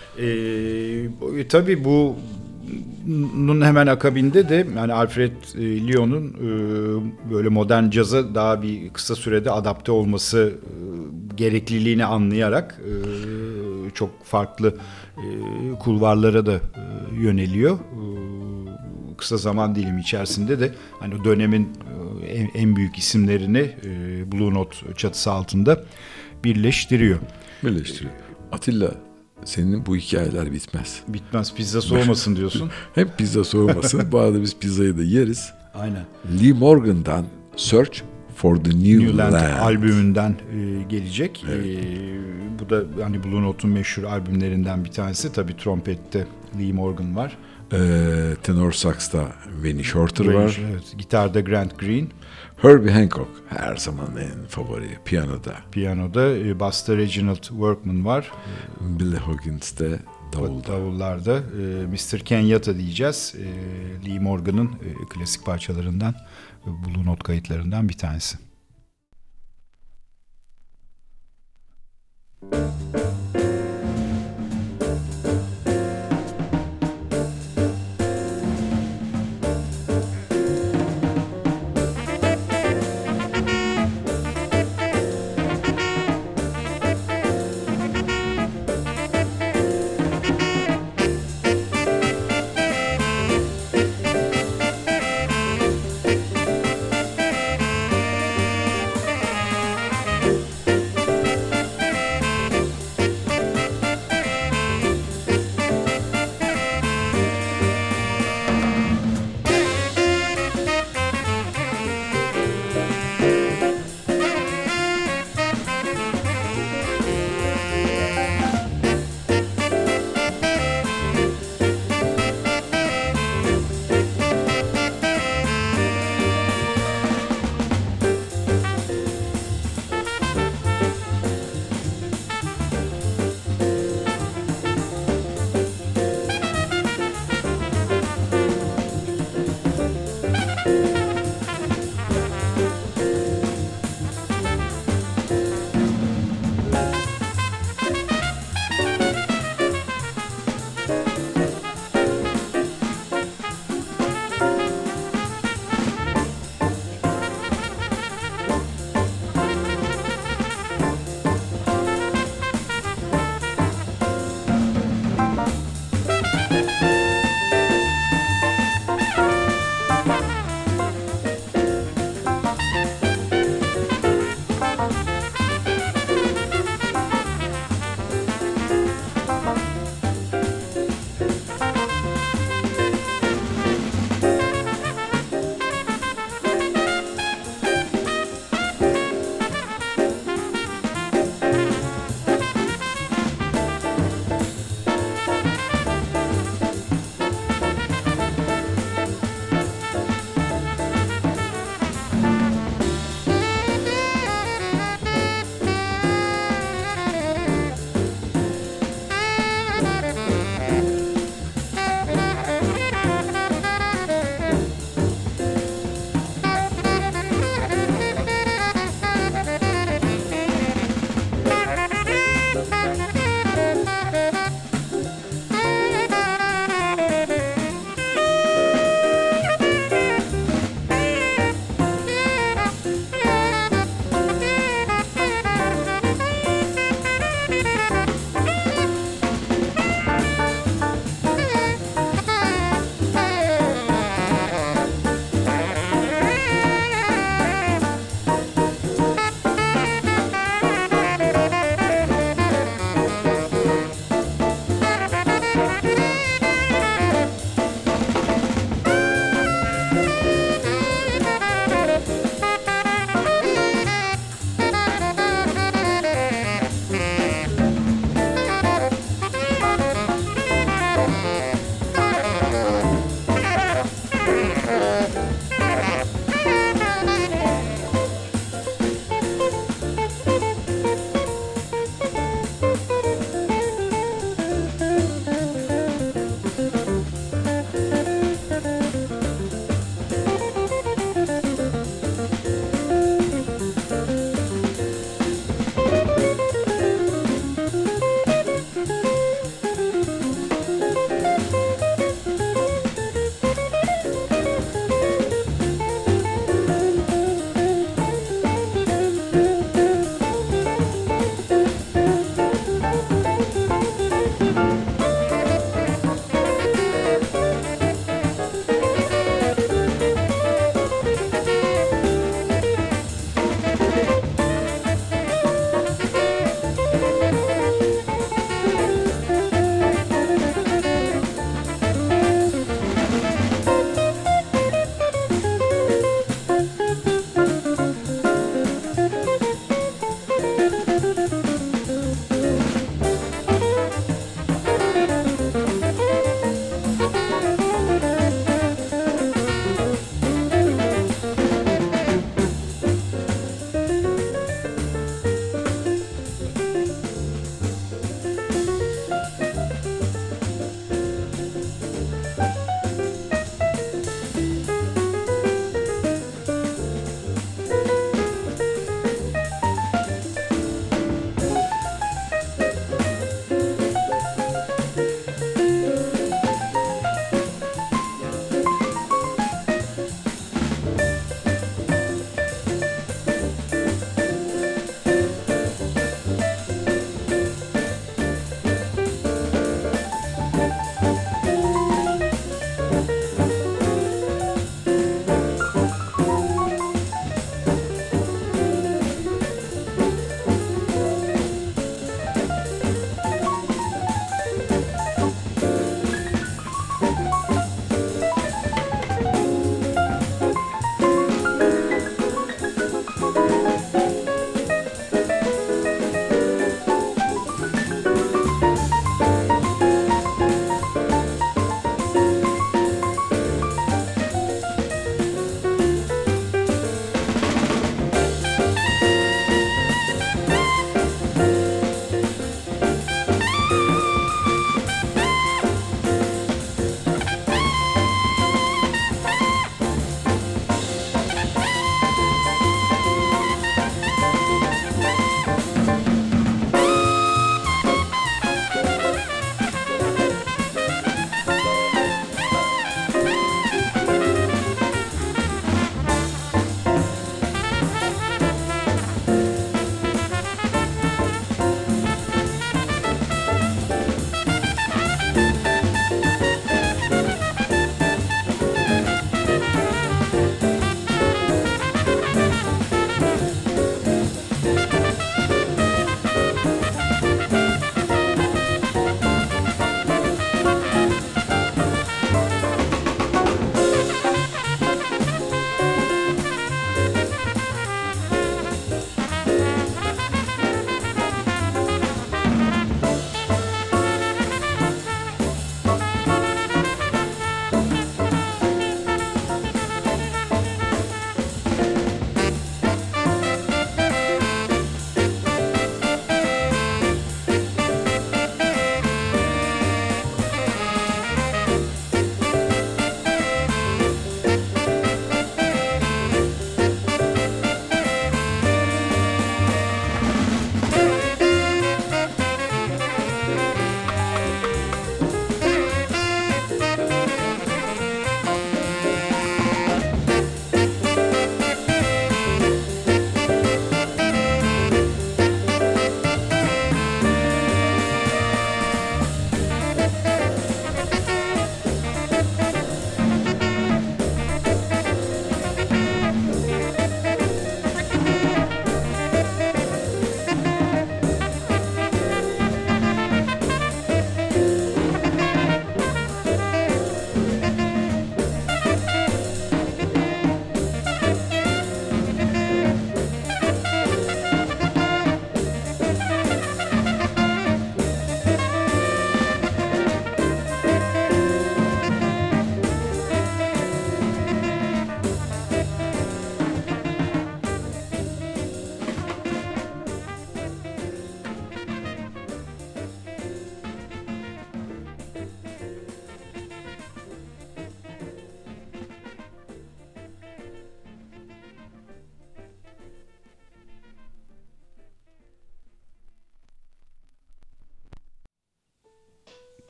Ee, tabii bu bunun hemen akabinde de yani Alfred Lion'un e, böyle modern caza daha bir kısa sürede adapte olması e, gerekliliğini anlayarak e, çok farklı e, kulvarlara da e, yöneliyor. E, kısa zaman dilimi içerisinde de hani o dönemin e, en, en büyük isimlerini e, Blue Note çatısı altında birleştiriyor. Birleştiriyor. Atilla, senin bu hikayeler bitmez. Bitmez. Pizza soğumasın diyorsun. Hep pizza soğumasın. Bu arada biz pizzayı da yeriz. Aynen. Lee Morgan'dan Search for the New, New Land, Land albümünden e, gelecek. Evet. E, bu da hani Blue Note'un meşhur albümlerinden bir tanesi. Tabii trompette Lee Morgan var. E, tenor sax'ta Vinnie Shorter Vinnie, var. Evet. Gitarda Grant Green. Herbie Hancock her zaman en favori. Piyanoda. Piyanoda. E, Bass'ta Reginald Workman var. Billy Hoggins'te davulda. Davullarda. E, mister Kenyatta diyeceğiz. E, Lee Morgan'ın e, klasik parçalarından, Blue Note kayıtlarından bir tanesi.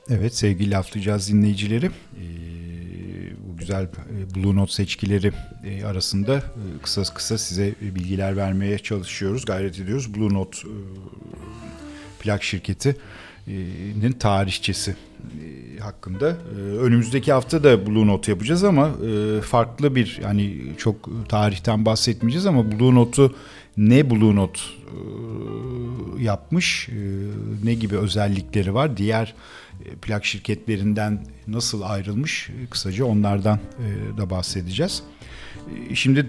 Evet sevgili Laflayacağız dinleyicileri, e, bu güzel e, Blue Note seçkileri e, arasında e, kısa kısa size bilgiler vermeye çalışıyoruz, gayret ediyoruz. Blue Note e, plak şirketinin tarihçesi e, hakkında. E, önümüzdeki hafta da Blue Note yapacağız ama e, farklı bir, yani çok tarihten bahsetmeyeceğiz ama Blue Note'u ne Blue Note e, yapmış, e, ne gibi özellikleri var, diğer e, plak şirketlerinden nasıl ayrılmış, e, kısaca onlardan e, da bahsedeceğiz. E, şimdi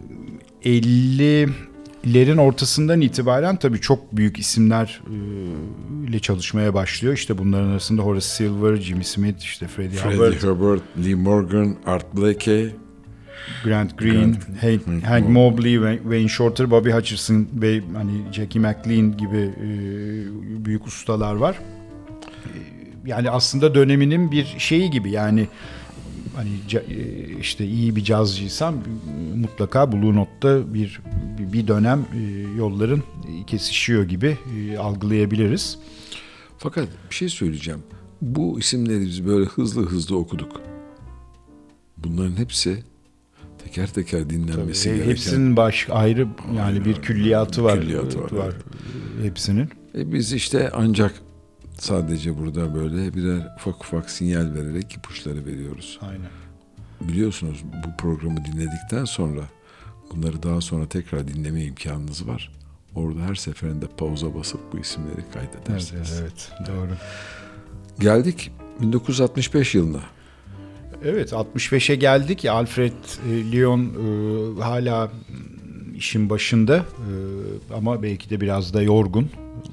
ellilerin ortasından itibaren tabii çok büyük isimler e, ile çalışmaya başlıyor. İşte bunların arasında Horace Silver, Jimmy Smith, işte Freddie, Freddie Hubbard, Hubbard, Lee Morgan, Art Blakey, Grant Green, Grant, Hank, Hank Hank Mobley, Wayne Shorter, Bobby Hutcherson ve hani Jackie McLean gibi e, büyük ustalar var. E, yani aslında döneminin bir şeyi gibi, yani hani işte iyi bir cazcıysan mutlaka Blue Note'da bir bir dönem yolların kesişiyor gibi algılayabiliriz. Fakat bir şey söyleyeceğim. Bu isimleri biz böyle hızlı hızlı okuduk. Bunların hepsi teker teker dinlenmesi Tabii, gereken. hepsinin baş ayrı, yani Aynen, bir külliyatı var. Külliyatı var, var hepsinin. E biz işte ancak sadece burada böyle birer ufak ufak sinyal vererek ipuçları veriyoruz. Aynen. Biliyorsunuz bu programı dinledikten sonra bunları daha sonra tekrar dinleme imkanınız var. Orada her seferinde pauza basıp bu isimleri kaydedersiniz. Evet, evet, doğru. Geldik bin dokuz yüz altmış beş yılına. Evet, altmış beşe geldik. Alfred Lyon e, hala işin başında e, ama belki de biraz da yorgun.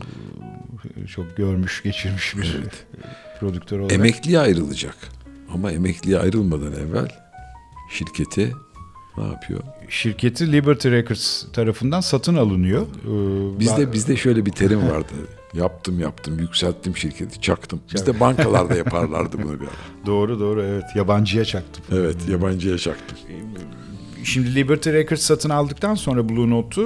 E, çok görmüş, geçirmiş bir evet. prodüktör olarak. Emekliye ayrılacak. Ama emekliye ayrılmadan evvel şirketi ne yapıyor? Şirketi Liberty Records tarafından satın alınıyor. Ee, bizde ben... bizde şöyle bir terim vardı. Yaptım yaptım, yükselttim şirketi, çaktım. Bizde bankalarda yaparlardı bunu bir ara. Doğru doğru, evet. Yabancıya çaktım. Evet, yabancıya çaktım. Şimdi Liberty Records satın aldıktan sonra Blue Note'u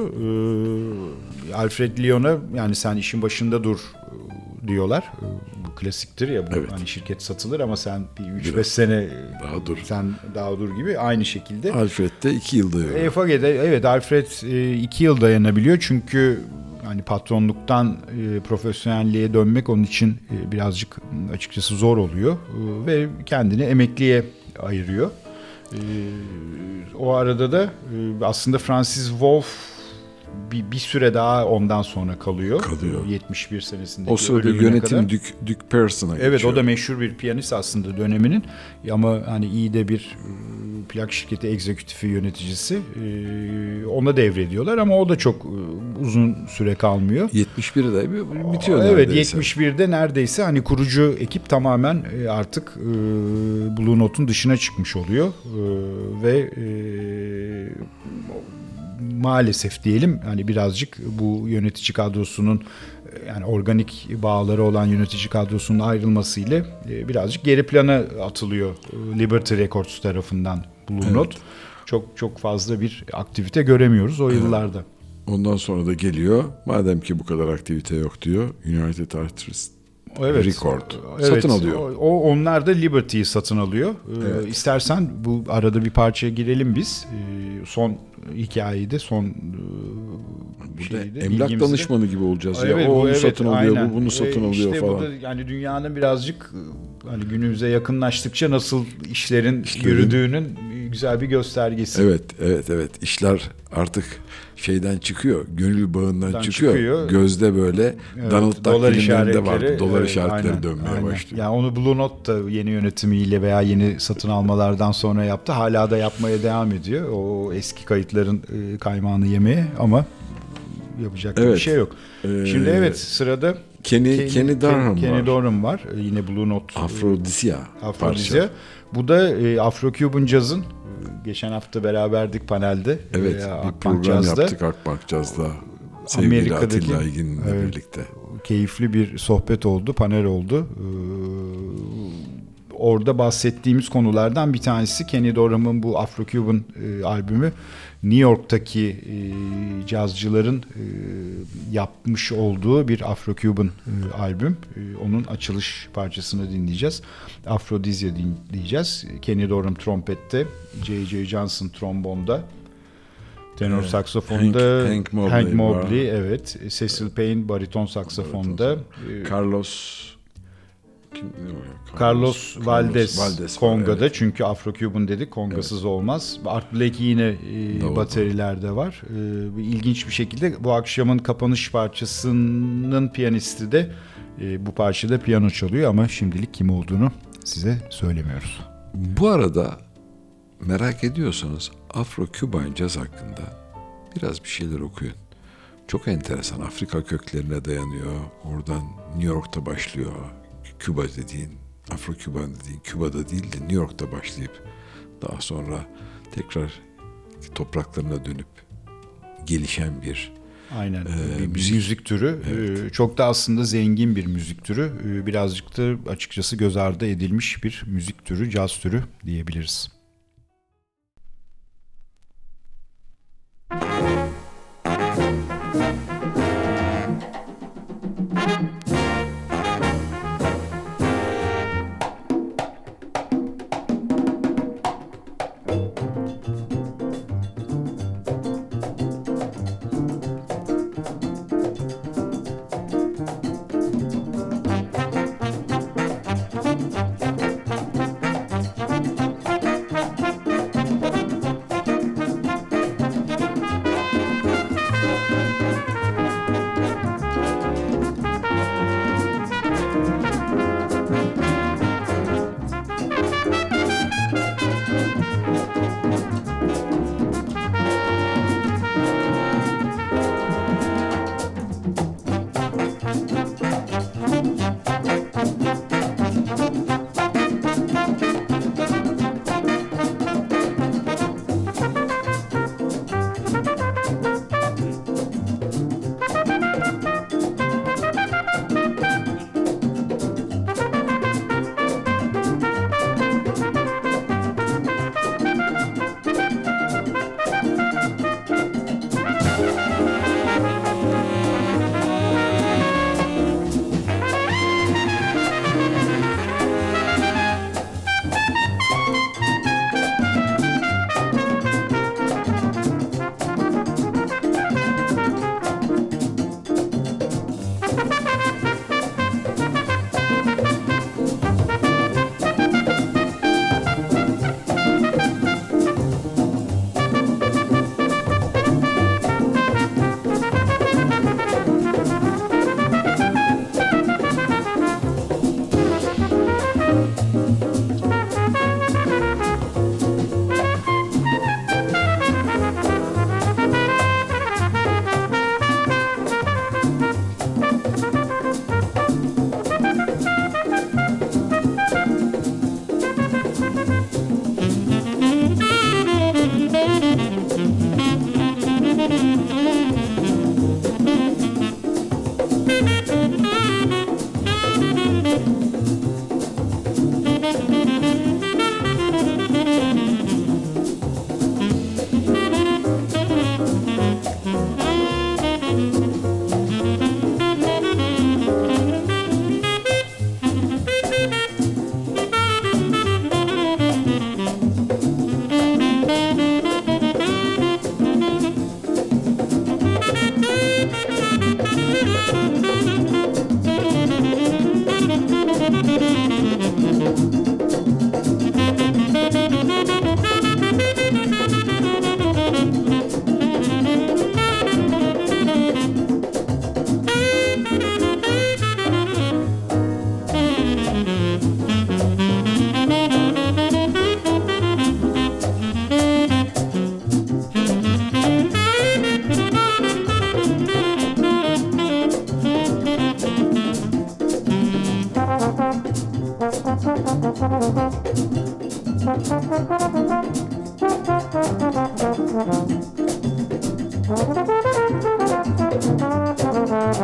e, Alfred Lyon'a, yani sen işin başında dur diyorlar. Bu klasiktir ya, bu evet. Hani şirket satılır ama sen bir üç beş sene daha dur. Sen daha dur gibi, aynı şekilde. Alfred de iki yıl dayanıyor. E F A G'de evet Alfred iki yıl dayanabiliyor çünkü hani patronluktan e, profesyonelliğe dönmek onun için e, birazcık açıkçası zor oluyor e, ve kendini emekliye ayırıyor. E, o arada da e, aslında Francis Wolff bir, bir süre daha ondan sonra kalıyor. Kalıyor. yetmiş bir senesindeki o sırada yönetim Duke, Duke Pearson'a geçiyor. Evet, o da meşhur bir piyanist aslında döneminin. Ama hani iyi de bir plak şirketi egzekütifi, yöneticisi. Ona devrediyorlar ama o da çok uzun süre kalmıyor. yetmiş birde bitiyor evet, neredeyse. yetmiş birde neredeyse hani kurucu ekip tamamen artık Blue Note'un dışına çıkmış oluyor. Ve maalesef diyelim, hani birazcık bu yönetici kadrosunun, yani organik bağları olan yönetici kadrosunun ayrılmasıyla birazcık geri plana atılıyor Liberty Records tarafından Blue evet. Note. Çok çok fazla bir aktivite göremiyoruz o evet. yıllarda. Ondan sonra da geliyor, madem ki bu kadar aktivite yok diyor, United Artists Evet. Record evet. satın alıyor. O onlar da Liberty'yi satın alıyor. Evet. Ee, istersen bu arada bir parçaya girelim biz. Ee, son hikayeyi de son burada şeyde, emlak danışmanı gibi olacağız ya. Evet, o onu evet, satın alıyor, aynen. bu bunu satın ee, alıyor işte falan. İşte yani dünyanın birazcık hani günümüze yakınlaştıkça nasıl işlerin, işlerin yürüdüğünün güzel bir göstergesi. Evet, evet, evet. İşler artık şeyden çıkıyor, gönül bağından çıkıyor. çıkıyor. Gözde böyle evet, Donald Duck filmlerinde vardı. Dolar evet, işaretleri aynen, dönmeye aynen. başlıyor. Yani onu Blue Note da yeni yönetimiyle veya yeni satın almalardan sonra yaptı. Hala da yapmaya devam ediyor. O eski kayıtların kaymağını yemeye, ama yapacak evet. bir şey yok. Ee, Şimdi evet sırada Kenny, Kenny, Kenny Dorham Kenny, var. Kenny Dorham var. Yine Blue Note. Afrodisya. Afrodisya. Bu da e, Afro-Cuban Jazz'ın, geçen hafta beraberdik panelde. Evet, e, bir Akbank program Jazz'da. yaptık Akbank Jazz'da. Sevgili Amerika'daki, Atilla Aygin'le evet, birlikte. Keyifli bir sohbet oldu, panel oldu. orada bahsettiğimiz konulardan bir tanesi Kenny Dorham'ın bu Afro-Cuban e, albümü. New York'taki e, cazcıların e, yapmış olduğu bir Afro-Cuban e, albüm. E, onun açılış parçasını dinleyeceğiz. Aphrodisia dinleyeceğiz. Kenny Dorham trompette, J J Johnson trombonda, tenor evet. saksafonda, Hank, Hank Mobley, Hank Mobley evet, Cecil Payne bariton saksafonda, Carlos Kim, Carlos, Carlos Valdez, Valdez kongada evet. Çünkü Afro-Cuban dedik, kongasız evet. olmaz. Art Blakey yine e, batarilerde var. E, ilginç bir şekilde bu akşamın kapanış parçasının piyanisti de e, bu parçada piyano çalıyor ama şimdilik kim olduğunu size söylemiyoruz. Bu arada merak ediyorsanız Afro-Cuban caz hakkında biraz bir şeyler okuyun. Çok enteresan, Afrika köklerine dayanıyor. Oradan New York'ta başlıyor. Küba dediğin, Afro-Cuban dediğin Küba'da değil de New York'ta başlayıp daha sonra tekrar topraklarına dönüp gelişen bir Aynen e, bir müzik. müzik türü. Evet. Çok da aslında zengin bir müzik türü. Birazcık da açıkçası göz ardı edilmiş bir müzik türü, caz türü diyebiliriz. Thank you.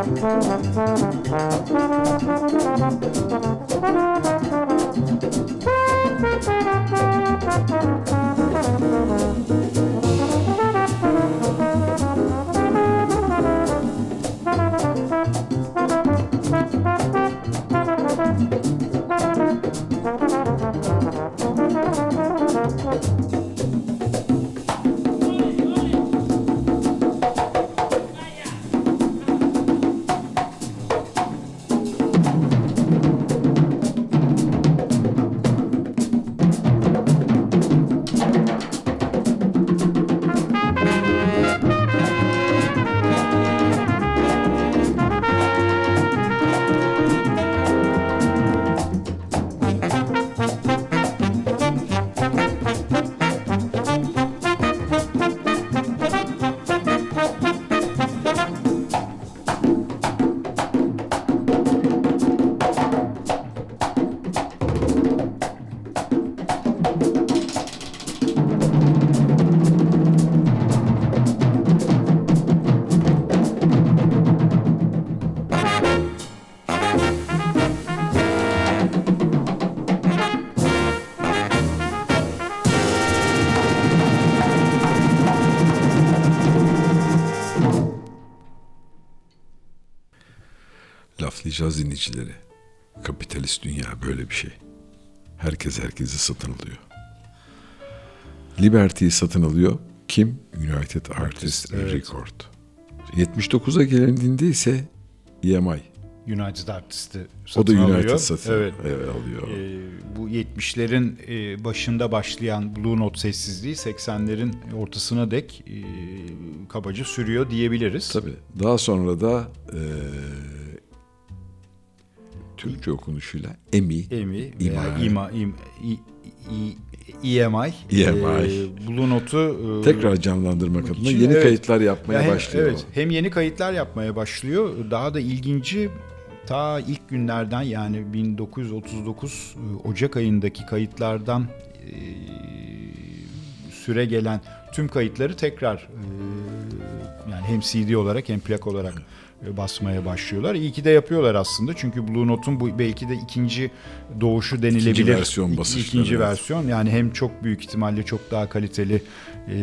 Laflayacağız dinleyicileri. Kapitalist dünya böyle bir şey. Herkes herkesi satın alıyor. Liberty'yi satın alıyor. Kim? United Artists evet. Record. yetmiş dokuza gelindiğinde ise E M I. United Artist'i O da satın United alıyor. satın Evet. evet, alıyor. Ee, bu yetmişlerin e, başında başlayan Blue Note sessizliği seksenlerin ortasına dek e, kabaca sürüyor diyebiliriz. Tabii. Daha sonra da e, Türkçe okunuşuyla E M I, E M I veya İ M I. İ M I, İ- İ- İ- E M I, E M I. e, Blue Note'u e, tekrar canlandırmak adına için, yeni evet. kayıtlar yapmaya hem, başlıyor. Evet, hem yeni kayıtlar yapmaya başlıyor. Daha da ilginci, ta ilk günlerden, yani bin dokuz yüz otuz dokuz Ocak ayındaki kayıtlardan e, süre gelen tüm kayıtları tekrar e, yani hem C D olarak hem plak olarak e, basmaya başlıyorlar. İyi ki de yapıyorlar aslında. Çünkü Blue Note'un bu belki de ikinci doğuşu denilebilir. İkinci versiyon İk- basışları, İkinci evet. versiyon. Yani hem çok büyük ihtimalle çok daha kaliteli e,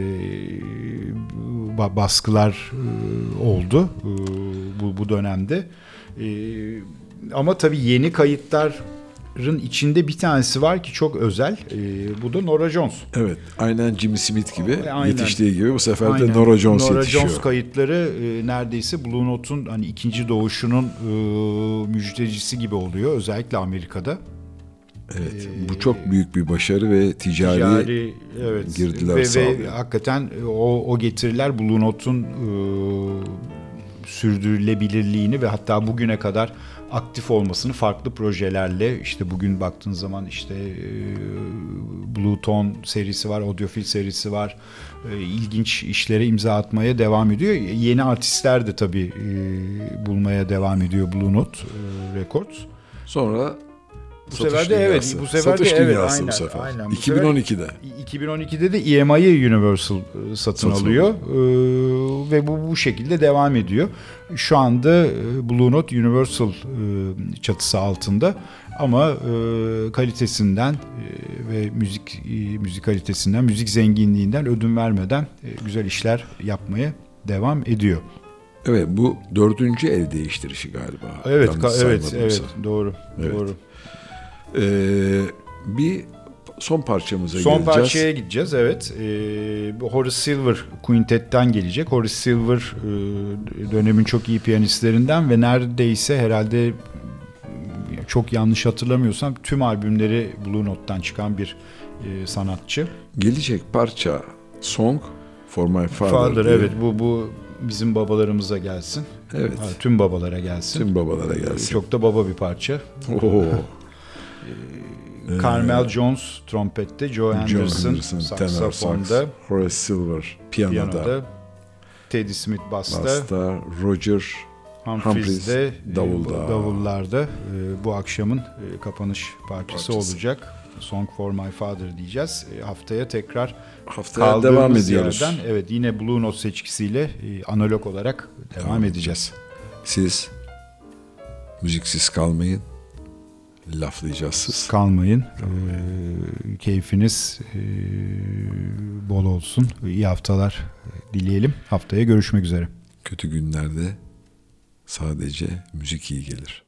ba- baskılar e, oldu e, bu, bu dönemde. E, ama tabii yeni kayıtların içinde bir tanesi var ki çok özel. E, bu da Norah Jones. Evet, aynen Jimmy Smith gibi Aynen. yetiştiği gibi bu sefer Aynen. de Norah Jones Norah yetişiyor. Jones kayıtları e, neredeyse Blue Note'un hani ikinci doğuşunun e, müjdecisi gibi oluyor, özellikle Amerika'da. Evet, Ee, bu çok büyük bir başarı ve ticari, Ticari, evet, girdiler ve, sağlıyor. ve hakikaten o, o getiriler Blue Note'un e, sürdürülebilirliğini ve hatta bugüne kadar aktif olmasını farklı projelerle, işte bugün baktığın zaman işte e, Blue Tone serisi var, Audiophile serisi var. E, ilginç işlere imza atmaya devam ediyor. Yeni artistler de tabii e, bulmaya devam ediyor Blue Note e, Records. Sonra Bu satış sefer de evet, dünyası. bu sefer satış de evet, dünyası aynen, bu sefer. aynen. Bu iki bin on ikide. iki bin on ikide de E M I'yi Universal e, satın, Satın alıyor ee, ve bu bu şekilde devam ediyor. Şu anda e, Blue Note Universal e, çatısı altında, ama e, kalitesinden e, ve müzik e, müzik kalitesinden, müzik zenginliğinden ödün vermeden e, güzel işler yapmaya devam ediyor. Evet, bu dördüncü el değiştirişi galiba. Evet, Yanlış ka- evet, saymadımsa. evet, doğru, Evet. doğru. Ee, bir son parçamıza Son geleceğiz. parçaya gideceğiz, evet. Ee, bu Horace Silver Quintet'ten gelecek. Horace Silver e, dönemin çok iyi piyanistlerinden ve neredeyse herhalde, çok yanlış hatırlamıyorsam, tüm albümleri Blue Note'dan çıkan bir e, sanatçı. Gelecek parça Song for My Father. Father, diye. evet, bu bu bizim babalarımıza gelsin. Evet. Ha, tüm babalara gelsin. Tüm babalara gelsin. Çok da baba bir parça. Oo. Carmel Jones trompette, Joe Anderson, Anderson, tenor saksafonda, sax, Horace Silver piyanoda, piyanoda, Teddy Smith basta, basta, Roger Humphries de davulda. davulda. davullarda e, bu akşamın e, kapanış parçası, Parçası. olacak. Song for My Father diyeceğiz. E, haftaya tekrar haftaya kaldığımız devam ediyoruz. yerden, evet, yine Blue Note seçkisiyle e, analog olarak devam Devam edeceğiz. Siz müziksiz kalmayın, laflayacağız. Kalmayın. Ee, keyfiniz e, bol olsun. İyi haftalar dileyelim. Haftaya görüşmek üzere. Kötü günlerde sadece müzik iyi gelir.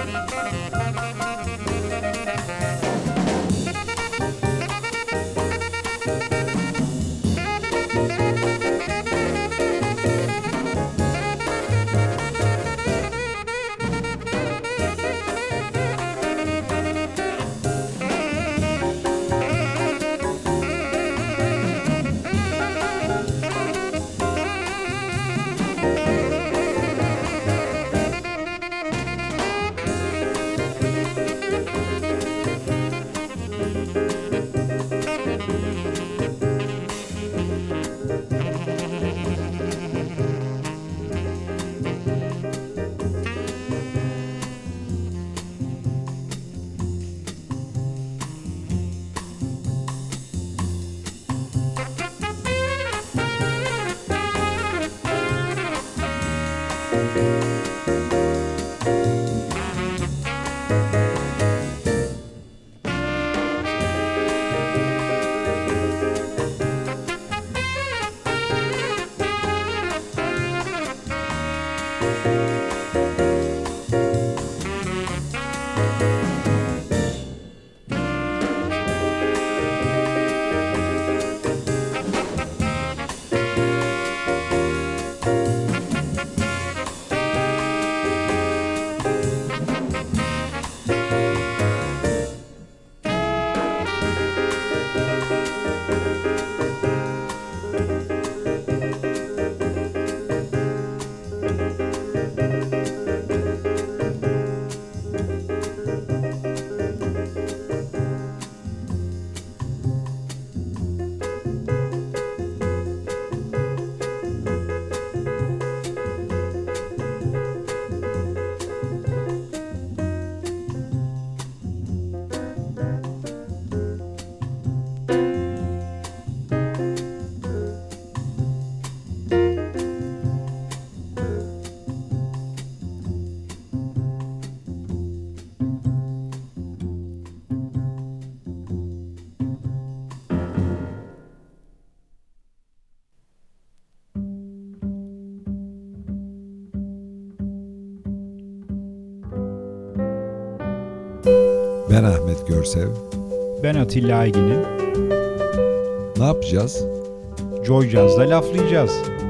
Ben Ahmet Görsev. Ben Atilla Aygin'im. Ne yapacağız? Joy Jazz'da laflayacağız.